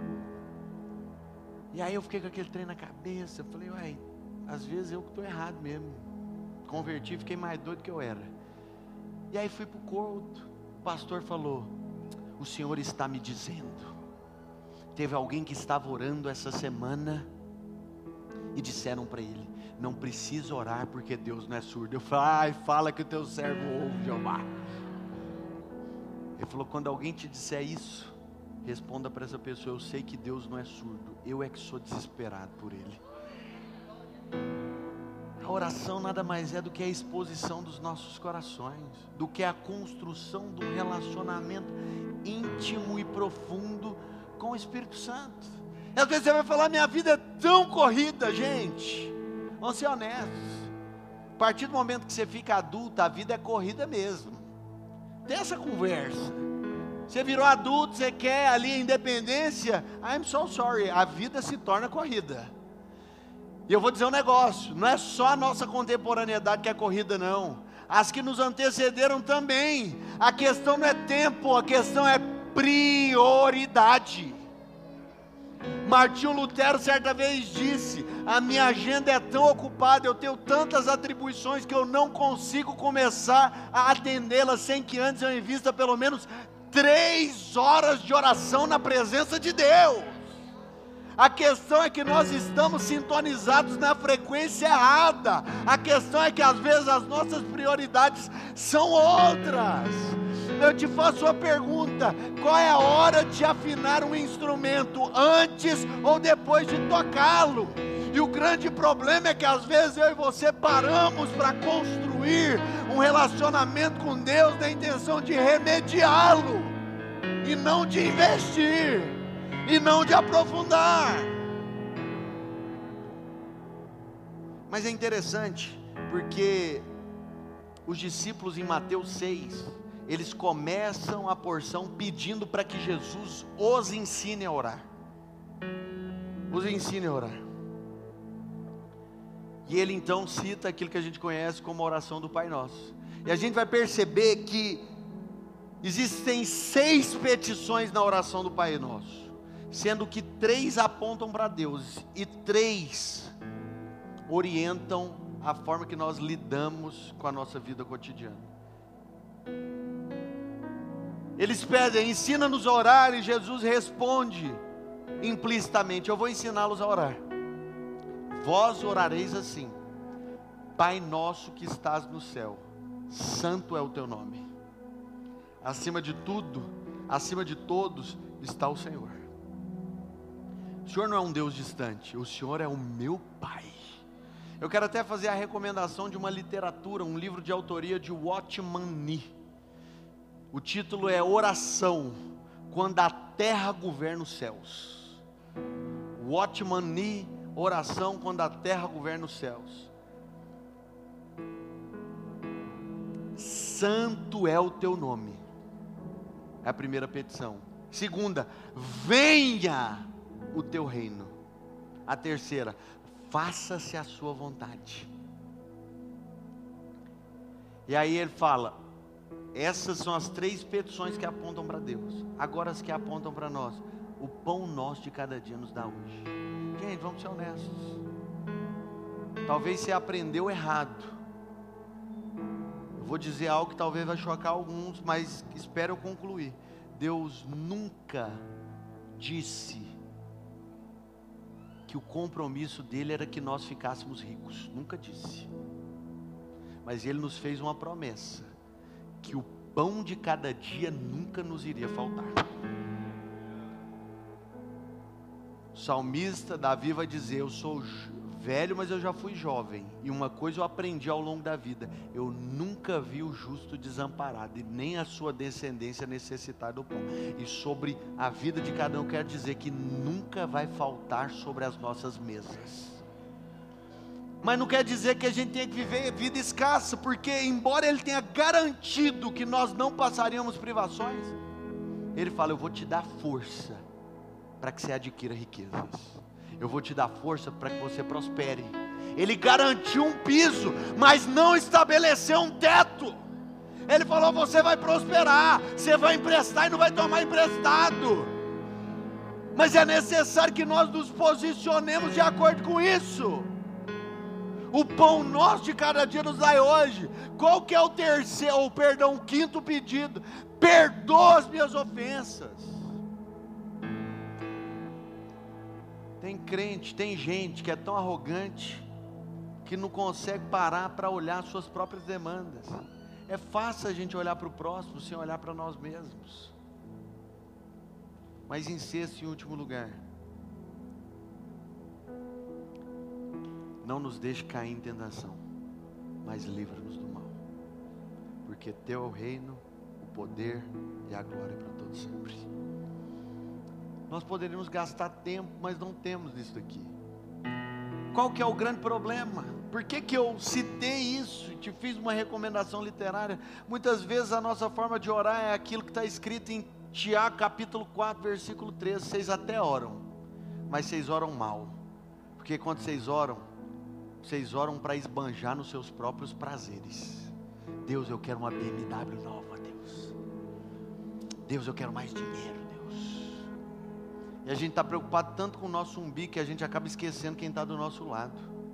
A: E aí eu fiquei com aquele trem na cabeça. Eu falei: uai, às vezes eu que estou errado mesmo. Converti, fiquei mais doido que eu era. E aí fui para o culto. O pastor falou: o Senhor está me dizendo, teve alguém que estava orando essa semana e disseram para ele: não precisa orar porque Deus não é surdo. Eu falei: ai, fala que o teu servo ouve, Jeová. Ele falou: quando alguém te disser isso, responda para essa pessoa: eu sei que Deus não é surdo, eu é que sou desesperado por ele. A oração nada mais é do que a exposição dos nossos corações, do que a construção de um relacionamento íntimo e profundo com o Espírito Santo. E às vezes você vai falar: minha vida é tão corrida. Gente, vamos ser honestos, a partir do momento que você fica adulto, a vida é corrida mesmo. Tem essa conversa. Você virou adulto, você quer ali a independência, I'm so sorry, a vida se torna corrida. E eu vou dizer um negócio, não é só a nossa contemporaneidade que é corrida não, as que nos antecederam também. A questão não é tempo, a questão é prioridade. Martinho Lutero certa vez disse: a minha agenda é tão ocupada, eu tenho tantas atribuições que eu não consigo começar a atendê-las sem que antes eu invista pelo menos três horas de oração na presença de Deus. A questão é que nós estamos sintonizados na frequência errada. A questão é que às vezes as nossas prioridades são outras. Eu te faço uma pergunta: qual é a hora de afinar um instrumento, antes ou depois de tocá-lo? E o grande problema é que às vezes eu e você paramos para construir um relacionamento com Deus na intenção de remediá-lo, e não de investir, e não de aprofundar. Mas é interessante, porque os discípulos em Mateus seis, eles começam a porção pedindo para que Jesus os ensine a orar. Os ensine a orar. E ele então cita aquilo que a gente conhece como a oração do Pai Nosso. E a gente vai perceber que existem seis petições na oração do Pai Nosso, sendo que três apontam para Deus e três orientam a forma que nós lidamos com a nossa vida cotidiana. Eles pedem: ensina-nos a orar, e Jesus responde implicitamente: eu vou ensiná-los a orar. Vós orareis assim: Pai nosso que estás no céu, santo é o teu nome. acima de tudo, acima de todos, está o Senhor. O Senhor não é um Deus distante, o Senhor é o meu Pai. Eu quero até fazer a recomendação de uma literatura, um livro de autoria de Watchman Nee. O título é Oração, quando a terra governa os céus. Watchman Nee, Oração, quando a terra governa os céus. Santo é o teu nome, é a primeira petição. Segunda, venha o teu reino. A terceira, faça-se a sua vontade. E aí ele fala, essas são as três petições que apontam para Deus. Agora as que apontam para nós. O pão nosso de cada dia nos dá hoje. Gente, vamos ser honestos. Talvez você aprendeu errado. Eu vou dizer algo que talvez vai chocar alguns, mas espero eu concluir. Deus nunca disse que o compromisso dele era que nós ficássemos ricos. Nunca disse. Mas ele nos fez uma promessa, que o pão de cada dia nunca nos iria faltar. O salmista Davi vai dizer, eu sou velho, mas eu já fui jovem, e uma coisa eu aprendi ao longo da vida, eu nunca vi o justo desamparado, e nem a sua descendência necessitar do pão. E sobre a vida de cada um, eu quero dizer que nunca vai faltar sobre as nossas mesas. Mas não quer dizer que a gente tenha que viver vida escassa, porque embora Ele tenha garantido que nós não passaríamos privações, Ele fala, eu vou te dar força para que você adquira riquezas. Eu vou te dar força para que você prospere. Ele garantiu um piso, mas não estabeleceu um teto. Ele falou, você vai prosperar, você vai emprestar e não vai tomar emprestado. Mas é necessário que nós nos posicionemos de acordo com isso. O pão nosso de cada dia nos dai hoje. Qual que é o terceiro, ou perdão, o quinto pedido? Perdoa as minhas ofensas. Tem crente, tem gente que é tão arrogante, que não consegue parar para olhar suas próprias demandas. É fácil a gente olhar para o próximo, sem olhar para nós mesmos. Mas em sexto e último lugar, não nos deixe cair em tentação, mas livra-nos do mal, porque teu é o reino, o poder e a glória para todos sempre. Nós poderíamos gastar tempo, mas não temos isso aqui. Qual que é o grande problema? Por que que eu citei isso e te fiz uma recomendação literária? Muitas vezes a nossa forma de orar é aquilo que está escrito em Tiago capítulo quatro, versículo treze. Vocês até oram, mas vocês oram mal. Porque quando vocês oram, vocês oram para esbanjar nos seus próprios prazeres. Deus, eu quero uma B M W nova, Deus. Deus, eu quero mais dinheiro. E a gente está preocupado tanto com o nosso umbigo que a gente acaba esquecendo quem está do nosso lado.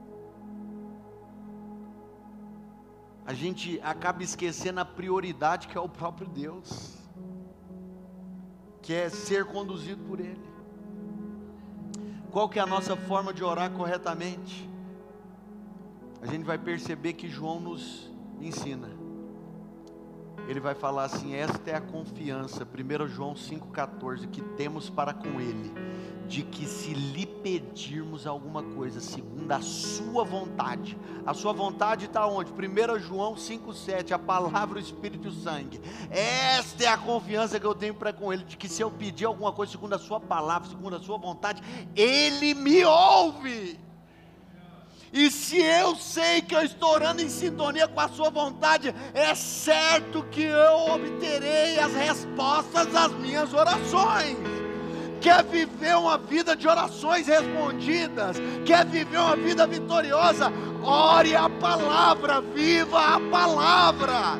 A: A gente acaba esquecendo a prioridade que é o próprio Deus, que é ser conduzido por Ele. Qual que é a nossa forma de orar corretamente? A gente vai perceber que João nos ensina. Ele vai falar assim, esta é a confiança, primeiro João cinco, quatorze, que temos para com Ele, de que se lhe pedirmos alguma coisa, segundo a sua vontade. A sua vontade está onde? primeiro João cinco, sete, a palavra, o Espírito e o sangue. Esta é a confiança que eu tenho para com Ele, de que se eu pedir alguma coisa segundo a sua palavra, segundo a sua vontade, Ele me ouve. E se eu sei que eu estou orando em sintonia com a sua vontade, é certo que eu obterei as respostas às minhas orações. Quer viver uma vida de orações respondidas? Quer viver uma vida vitoriosa? Ore a palavra, viva a palavra.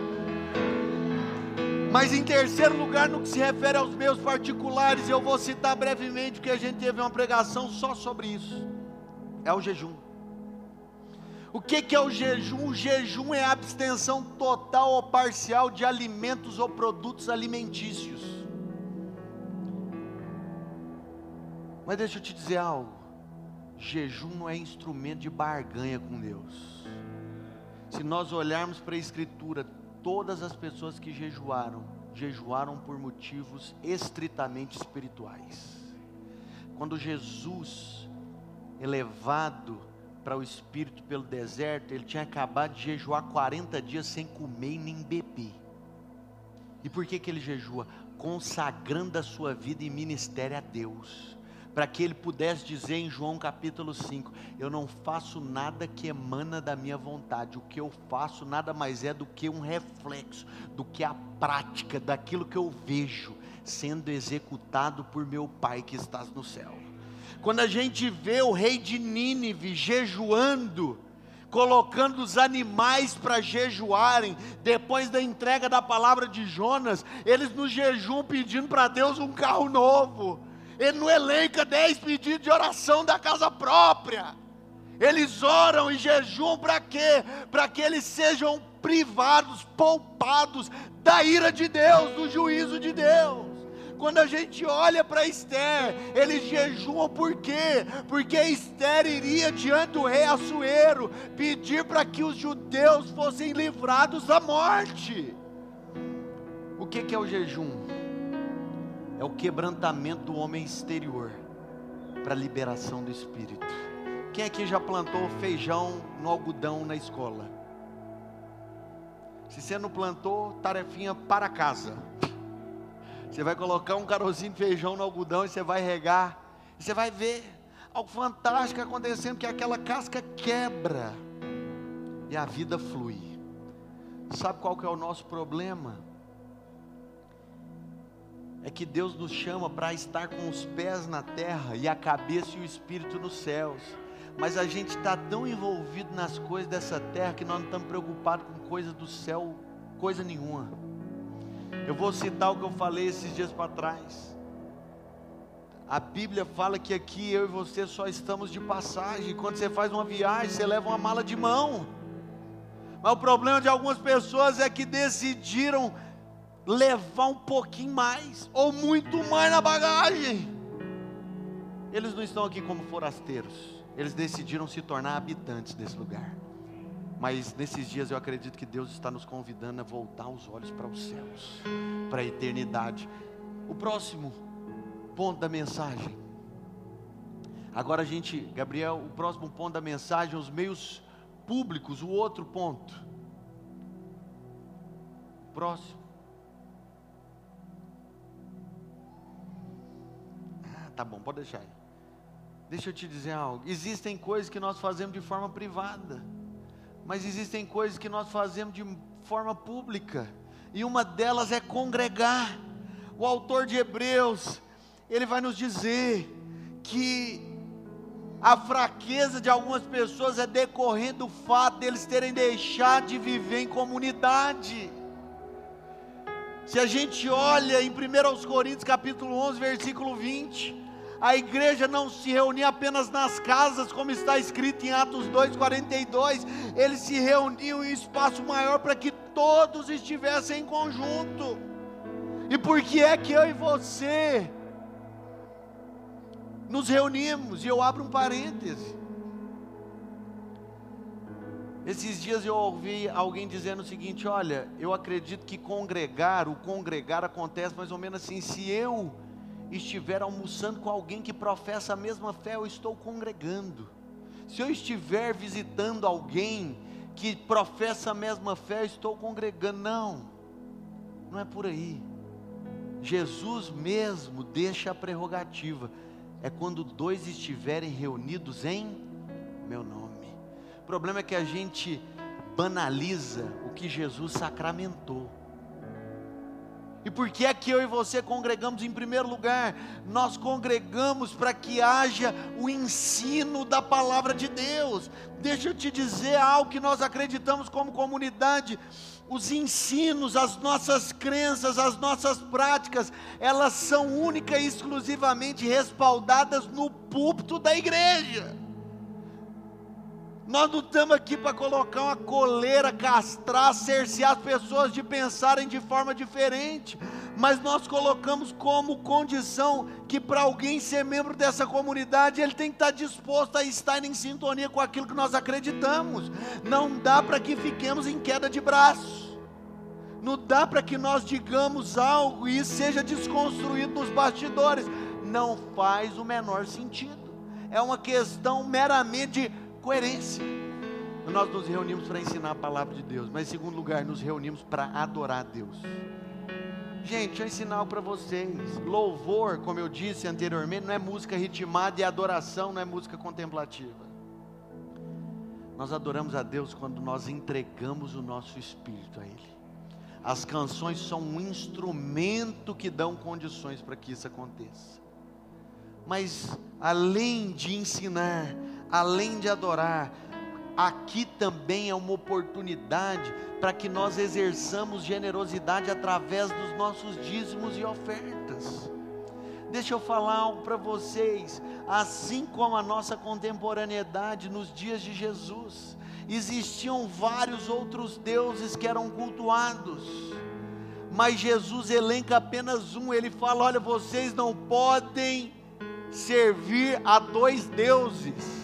A: Mas em terceiro lugar, no que se refere aos meus particulares, eu vou citar brevemente, porque a gente teve uma pregação só sobre isso. É o jejum. O que que é o jejum? O jejum é a abstenção total ou parcial de alimentos ou produtos alimentícios. Mas deixa eu te dizer algo, jejum não é instrumento de barganha com Deus. Se nós olharmos para a Escritura, todas as pessoas que jejuaram jejuaram por motivos estritamente espirituais. Quando Jesus, elevado para o Espírito pelo deserto, ele tinha acabado de jejuar quarenta dias sem comer e nem beber. E por que que ele jejua? Consagrando a sua vida e ministério a Deus, para que ele pudesse dizer em João capítulo cinco, eu não faço nada que emana da minha vontade, o que eu faço nada mais é do que um reflexo, do que a prática daquilo que eu vejo sendo executado por meu Pai que estás no céu. Quando a gente vê o rei de Nínive jejuando, colocando os animais para jejuarem, depois da entrega da palavra de Jonas, eles no jejum pedindo para Deus um carro novo. Ele não elenca dez pedidos de oração da casa própria. Eles oram e jejuam para quê? Para que eles sejam privados, poupados da ira de Deus, do juízo de Deus. Quando a gente olha para Esther, eles jejuam por quê? Porque Esther iria diante do rei Assuero pedir para que os judeus fossem livrados da morte. O que que é o jejum? É o quebrantamento do homem exterior para a liberação do espírito. Quem aqui já plantou feijão no algodão na escola? Se você não plantou, tarefinha para casa. Você vai colocar um carocinho de feijão no algodão e você vai regar, e você vai ver algo fantástico acontecendo, que aquela casca quebra e a vida flui. Sabe qual que é o nosso problema? É que Deus nos chama para estar com os pés na terra e a cabeça e o espírito nos céus, mas a gente está tão envolvido nas coisas dessa terra que nós não estamos preocupados com coisa do céu, coisa nenhuma. Eu vou citar o que eu falei esses dias para trás. A Bíblia fala que aqui eu e você só estamos de passagem. Quando você faz uma viagem, você leva uma mala de mão. Mas o problema de algumas pessoas é que decidiram levar um pouquinho mais, ou muito mais na bagagem. Eles não estão aqui como forasteiros, eles decidiram se tornar habitantes desse lugar. Mas nesses dias eu acredito que Deus está nos convidando a voltar os olhos para os céus, para a eternidade. O próximo ponto da mensagem. Agora a gente, Gabriel, o próximo ponto da mensagem, os meios públicos, o outro ponto. Próximo. Ah, tá bom, pode deixar aí. Deixa eu te dizer algo. Existem coisas que nós fazemos de forma privada, mas existem coisas que nós fazemos de forma pública, e uma delas é congregar. O autor de Hebreus, ele vai nos dizer que a fraqueza de algumas pessoas é decorrente do fato de eles terem deixado de viver em comunidade. Se a gente olha em primeira Coríntios capítulo onze, versículo vinte, a igreja não se reunia apenas nas casas, como está escrito em Atos dois, quarenta e dois, eles se reuniam em espaço maior para que todos estivessem em conjunto. E por que é que eu e você nos reunimos? E eu abro um parêntese. Esses dias eu ouvi alguém dizendo o seguinte: olha, eu acredito que congregar, o congregar acontece mais ou menos assim, se eu estiver almoçando com alguém que professa a mesma fé, eu estou congregando. Se eu estiver visitando alguém que professa a mesma fé, eu estou congregando. Não, não é por aí. Jesus mesmo deixa a prerrogativa, é quando dois estiverem reunidos em meu nome. O problema é que a gente banaliza o que Jesus sacramentou. E por que é que eu e você congregamos? Em primeiro lugar, nós congregamos para que haja o ensino da palavra de Deus. Deixa eu te dizer algo que nós acreditamos como comunidade: os ensinos, as nossas crenças, as nossas práticas, elas são única e exclusivamente respaldadas no púlpito da igreja. Nós não estamos aqui para colocar uma coleira, castrar, cercear as pessoas de pensarem de forma diferente, mas nós colocamos como condição que para alguém ser membro dessa comunidade, ele tem que estar disposto a estar em sintonia com aquilo que nós acreditamos. Não dá para que fiquemos em queda de braço, Não dá para que nós digamos algo e isso seja desconstruído nos bastidores. Não faz o menor sentido. É uma questão meramente de coerência. Nós nos reunimos para ensinar a palavra de Deus, mas em segundo lugar, nos reunimos para adorar a Deus. Gente, deixa eu ensinar algo para vocês. Louvor, como eu disse anteriormente, não é música ritmada, e adoração não é música contemplativa. Nós adoramos a Deus quando nós entregamos o nosso espírito a Ele. As canções são um instrumento que dão condições para que isso aconteça. Mas além de ensinar, além de adorar, aqui também é uma oportunidade para que nós exerçamos generosidade através dos nossos dízimos e ofertas. Deixa eu falar algo para vocês. Assim como a nossa contemporaneidade nos dias de Jesus, existiam vários outros deuses que eram cultuados, mas Jesus elenca apenas um. Ele fala: olha, vocês não podem servir a dois deuses.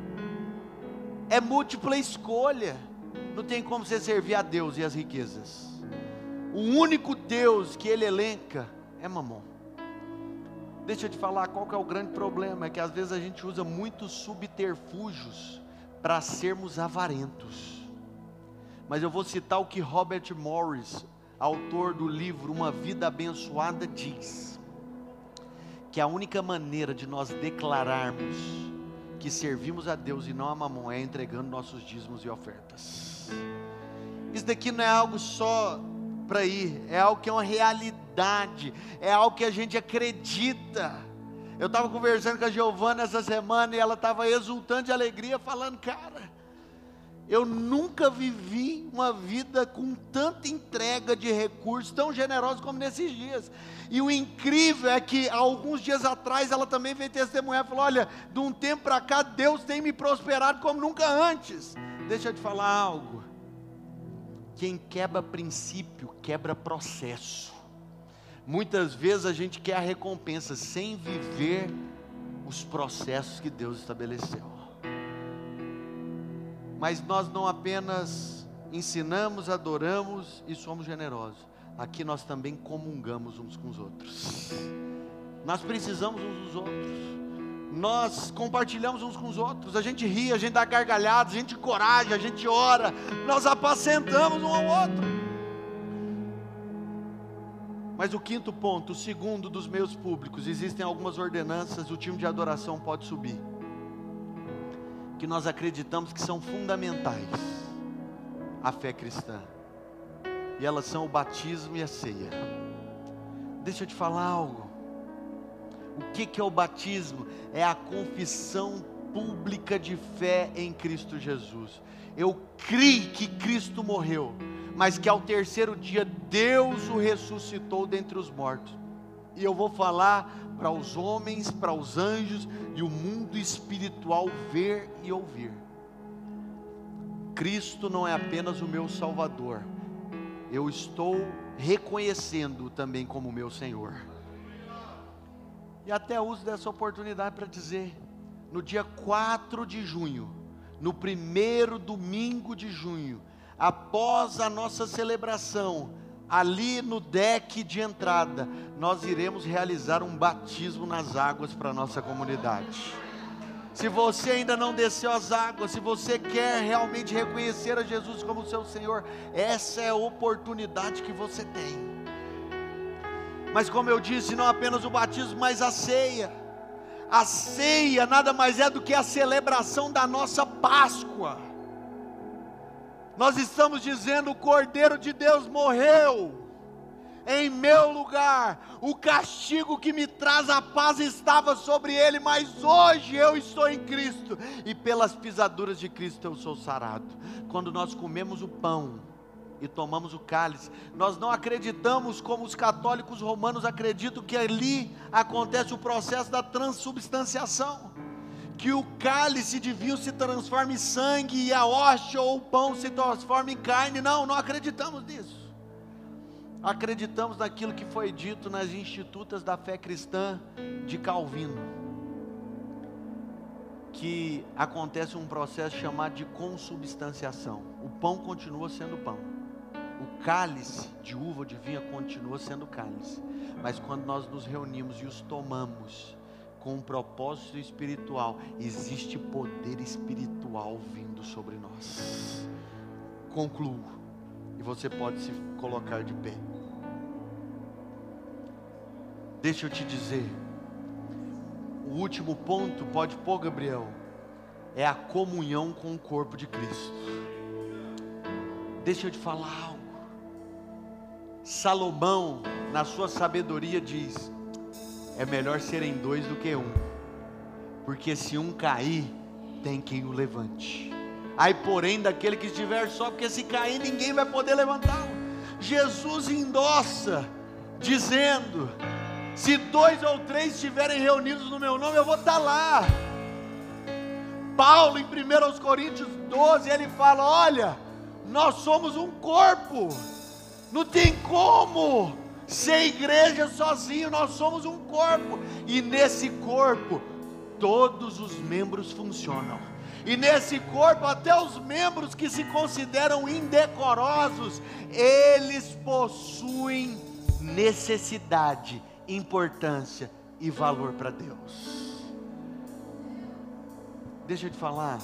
A: É múltipla escolha. Não tem como você servir a Deus e as riquezas. O único Deus que ele elenca é Mamon. Deixa eu te falar qual que é o grande problema. É que às vezes a gente usa muitos subterfúgios para sermos avarentos. Mas eu vou citar o que Robert Morris, autor do livro Uma Vida Abençoada, diz: que a única maneira de nós declararmos que servimos a Deus e não a Mamon é entregando nossos dízimos e ofertas. Isso daqui não é algo só para ir, é algo que é uma realidade, é algo que a gente acredita. Eu estava conversando com a Giovana essa semana e ela estava exultando de alegria, falando: cara, eu nunca vivi uma vida com tanta entrega de recursos, tão generosa como nesses dias. E o incrível é que alguns dias atrás ela também veio testemunhar, falou: olha, de um tempo para cá Deus tem me prosperado como nunca antes. Deixa eu te falar algo. Quem quebra princípio, quebra processo. Muitas vezes a gente quer a recompensa sem viver os processos que Deus estabeleceu. Mas nós não apenas ensinamos, adoramos e somos generosos. Aqui nós também comungamos uns com os outros. Nós precisamos uns dos outros. Nós compartilhamos uns com os outros. A gente ri, a gente dá gargalhadas, a gente encoraja, a gente ora. Nós apacentamos um ao outro. Mas o quinto ponto, o segundo dos meios públicos, existem algumas ordenanças, o time de adoração pode subir, que nós acreditamos que são fundamentais à fé cristã. E elas são o batismo e a ceia. Deixa eu te falar algo. O que que é o batismo? É a confissão pública de fé em Cristo Jesus. Eu creio que Cristo morreu, mas que ao terceiro dia Deus o ressuscitou dentre os mortos. E eu vou falar para os homens, para os anjos e o mundo espiritual ver e ouvir: Cristo não é apenas o meu Salvador, eu estou reconhecendo também como meu Senhor. E até uso dessa oportunidade para dizer: no dia quatro de junho, no primeiro domingo de junho, após a nossa celebração, ali no deck de entrada, nós iremos realizar um batismo nas águas para a nossa comunidade. Se você ainda não desceu as águas, se você quer realmente reconhecer a Jesus como seu Senhor, essa é a oportunidade que você tem. Mas como eu disse, não apenas o batismo, mas a ceia. A ceia nada mais é do que a celebração da nossa Páscoa. Nós estamos dizendo: o Cordeiro de Deus morreu em meu lugar, o castigo que me traz a paz estava sobre ele, mas hoje eu estou em Cristo, e pelas pisaduras de Cristo eu sou sarado. Quando nós comemos o pão e tomamos o cálice, nós não acreditamos como os católicos romanos acreditam, que ali acontece o processo da transubstanciação, que o cálice de vinho se transforma em sangue e a hóstia ou o pão se transforma em carne. Não, não acreditamos nisso. Acreditamos naquilo que foi dito nas Institutas da Fé Cristã de Calvino, que acontece um processo chamado de consubstanciação. O pão continua sendo pão, O cálice de uva ou de vinho continua sendo cálice, mas quando nós nos reunimos e os tomamos com um propósito espiritual, existe poder espiritual vindo sobre nós. Concluo, e você pode se colocar de pé. Deixa eu te dizer, o último ponto, pode pôr, Gabriel, é a comunhão com o corpo de Cristo. Deixa eu te falar algo. Salomão, na sua sabedoria, diz: é melhor serem dois do que um, porque se um cair, tem quem o levante. Aí porém daquele que estiver só, porque se cair ninguém vai poder levantá-lo. Jesus endossa, dizendo: se dois ou três estiverem reunidos no meu nome, eu vou estar lá. Paulo, em primeira Coríntios doze, ele fala: olha, nós somos um corpo, não tem como ser igreja sozinho, nós somos um corpo, e nesse corpo, todos os membros funcionam, e nesse corpo, até os membros que se consideram indecorosos, eles possuem necessidade, importância e valor para Deus. Deixa eu te falar,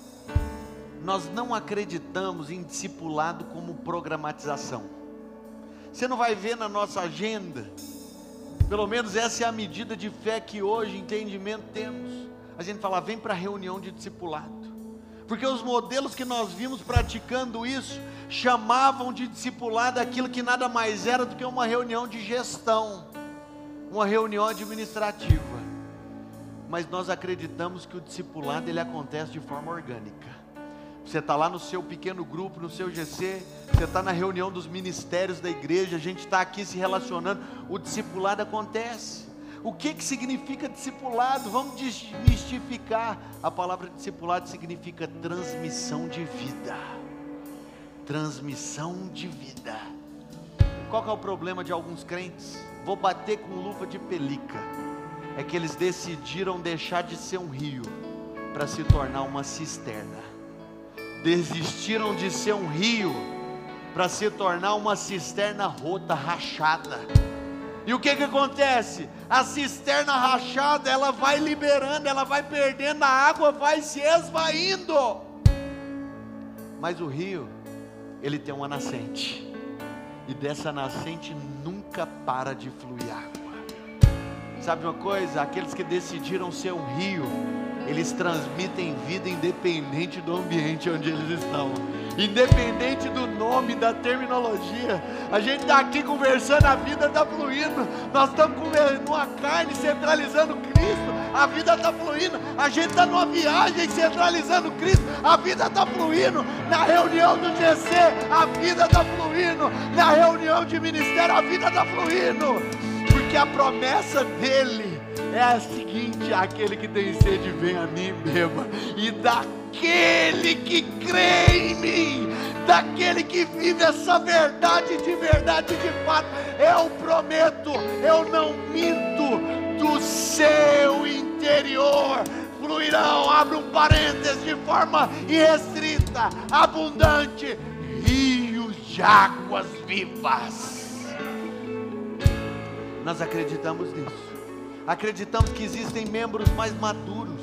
A: nós não acreditamos em discipulado como programatização. Você não vai ver na nossa agenda, pelo menos essa é a medida de fé que hoje, entendimento, temos. A gente fala: vem para a reunião de discipulado, porque os modelos que nós vimos praticando isso, chamavam de discipulado aquilo que nada mais era do que uma reunião de gestão, uma reunião administrativa. Mas nós acreditamos que o discipulado ele acontece de forma orgânica. Você está lá no seu pequeno grupo, no seu G C, você está na reunião dos ministérios da igreja, a gente está aqui se relacionando, o discipulado acontece. O que que significa discipulado? Vamos desmistificar. A palavra discipulado significa transmissão de vida. Transmissão de vida. Qual que é o problema de alguns crentes? Vou bater com luva de pelica. É que eles decidiram deixar de ser um rio para se tornar uma cisterna. Desistiram de ser um rio para se tornar uma cisterna rota, rachada. E o que que acontece? A cisterna rachada, ela vai liberando, ela vai perdendo, a água vai se esvaindo. Mas o rio, ele tem uma nascente, e dessa nascente nunca para de fluir água. Sabe uma coisa? Aqueles que decidiram ser um rio, eles transmitem vida independente do ambiente onde eles estão, independente do nome, da terminologia. A gente está aqui conversando, a vida está fluindo. Nós estamos comendo uma carne, centralizando Cristo, a vida está fluindo. A gente está numa viagem, centralizando Cristo, a vida está fluindo. Na reunião do G C, a vida está fluindo. Na reunião de ministério, a vida está fluindo. Porque a promessa dele é a seguinte: aquele que tem sede, vem a mim e beba. E daquele que crê em mim, daquele que vive essa verdade de verdade, de fato, eu prometo, eu não minto, do seu interior fluirão, abre um parênteses, de forma irrestrita, abundante, rios de águas vivas. Nós acreditamos nisso. Acreditamos que existem membros mais maduros,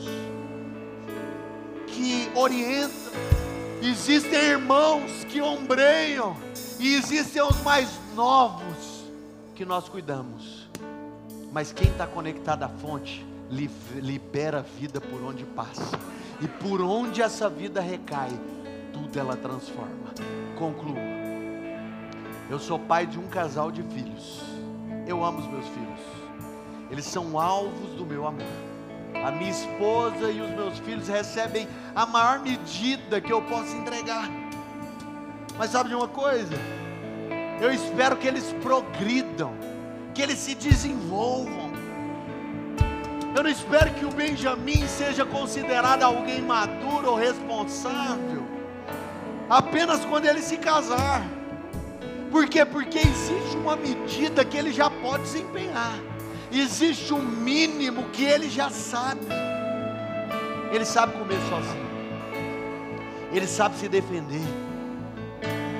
A: que orientam, existem irmãos que ombreiam, e existem os mais novos que nós cuidamos. Mas quem está conectado à fonte, libera a vida por onde passa, e por onde essa vida recai, tudo ela transforma. Concluo. Eu sou pai de um casal de filhos, eu amo os meus filhos, eles são alvos do meu amor. A minha esposa e os meus filhos recebem a maior medida que eu posso entregar. Mas sabe de uma coisa? Eu espero que eles progridam, que eles se desenvolvam. Eu não espero que o Benjamin seja considerado alguém maduro ou responsável apenas quando ele se casar. Por quê? Porque existe uma medida que ele já pode desempenhar. Existe um mínimo que ele já sabe. Ele sabe comer sozinho, ele sabe se defender,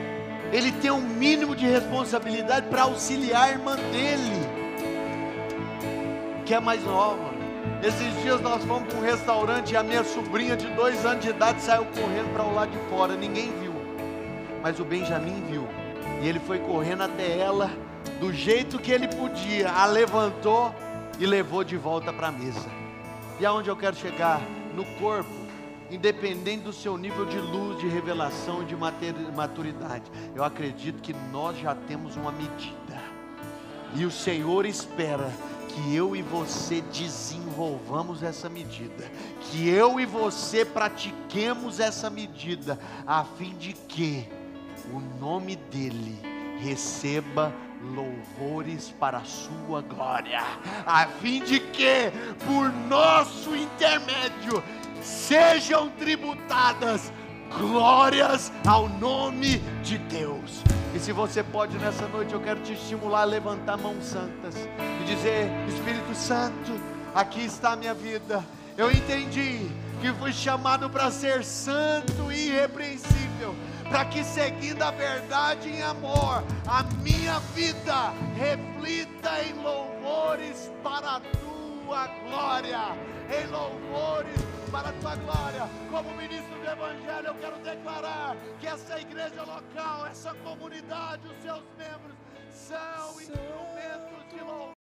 A: ele tem um mínimo de responsabilidade para auxiliar a irmã dele, que é mais nova. Esses dias nós fomos para um restaurante e a minha sobrinha de dois anos de idade saiu correndo para o lado de fora, ninguém viu, mas o Benjamin viu, e ele foi correndo até ela, do jeito que ele podia, a levantou e levou de volta para a mesa. E aonde eu quero chegar? No corpo, independente do seu nível de luz, de revelação e de maturidade, eu acredito que nós já temos uma medida, e o Senhor espera que eu e você desenvolvamos essa medida, que eu e você pratiquemos essa medida, a fim de que o nome dele receba louvores para a sua glória, a fim de que por nosso intermédio sejam tributadas glórias ao nome de Deus. E se você pode nessa noite, eu quero te estimular a levantar mãos santas e dizer: Espírito Santo, aqui está a minha vida. Eu entendi que fui chamado para ser santo e irrepreensível, para que, seguindo a verdade em amor, a minha vida reflita em louvores para a tua glória, em louvores para a tua glória. Como ministro do Evangelho, eu quero declarar que essa igreja local, essa comunidade, os seus membros são instrumentos de louvor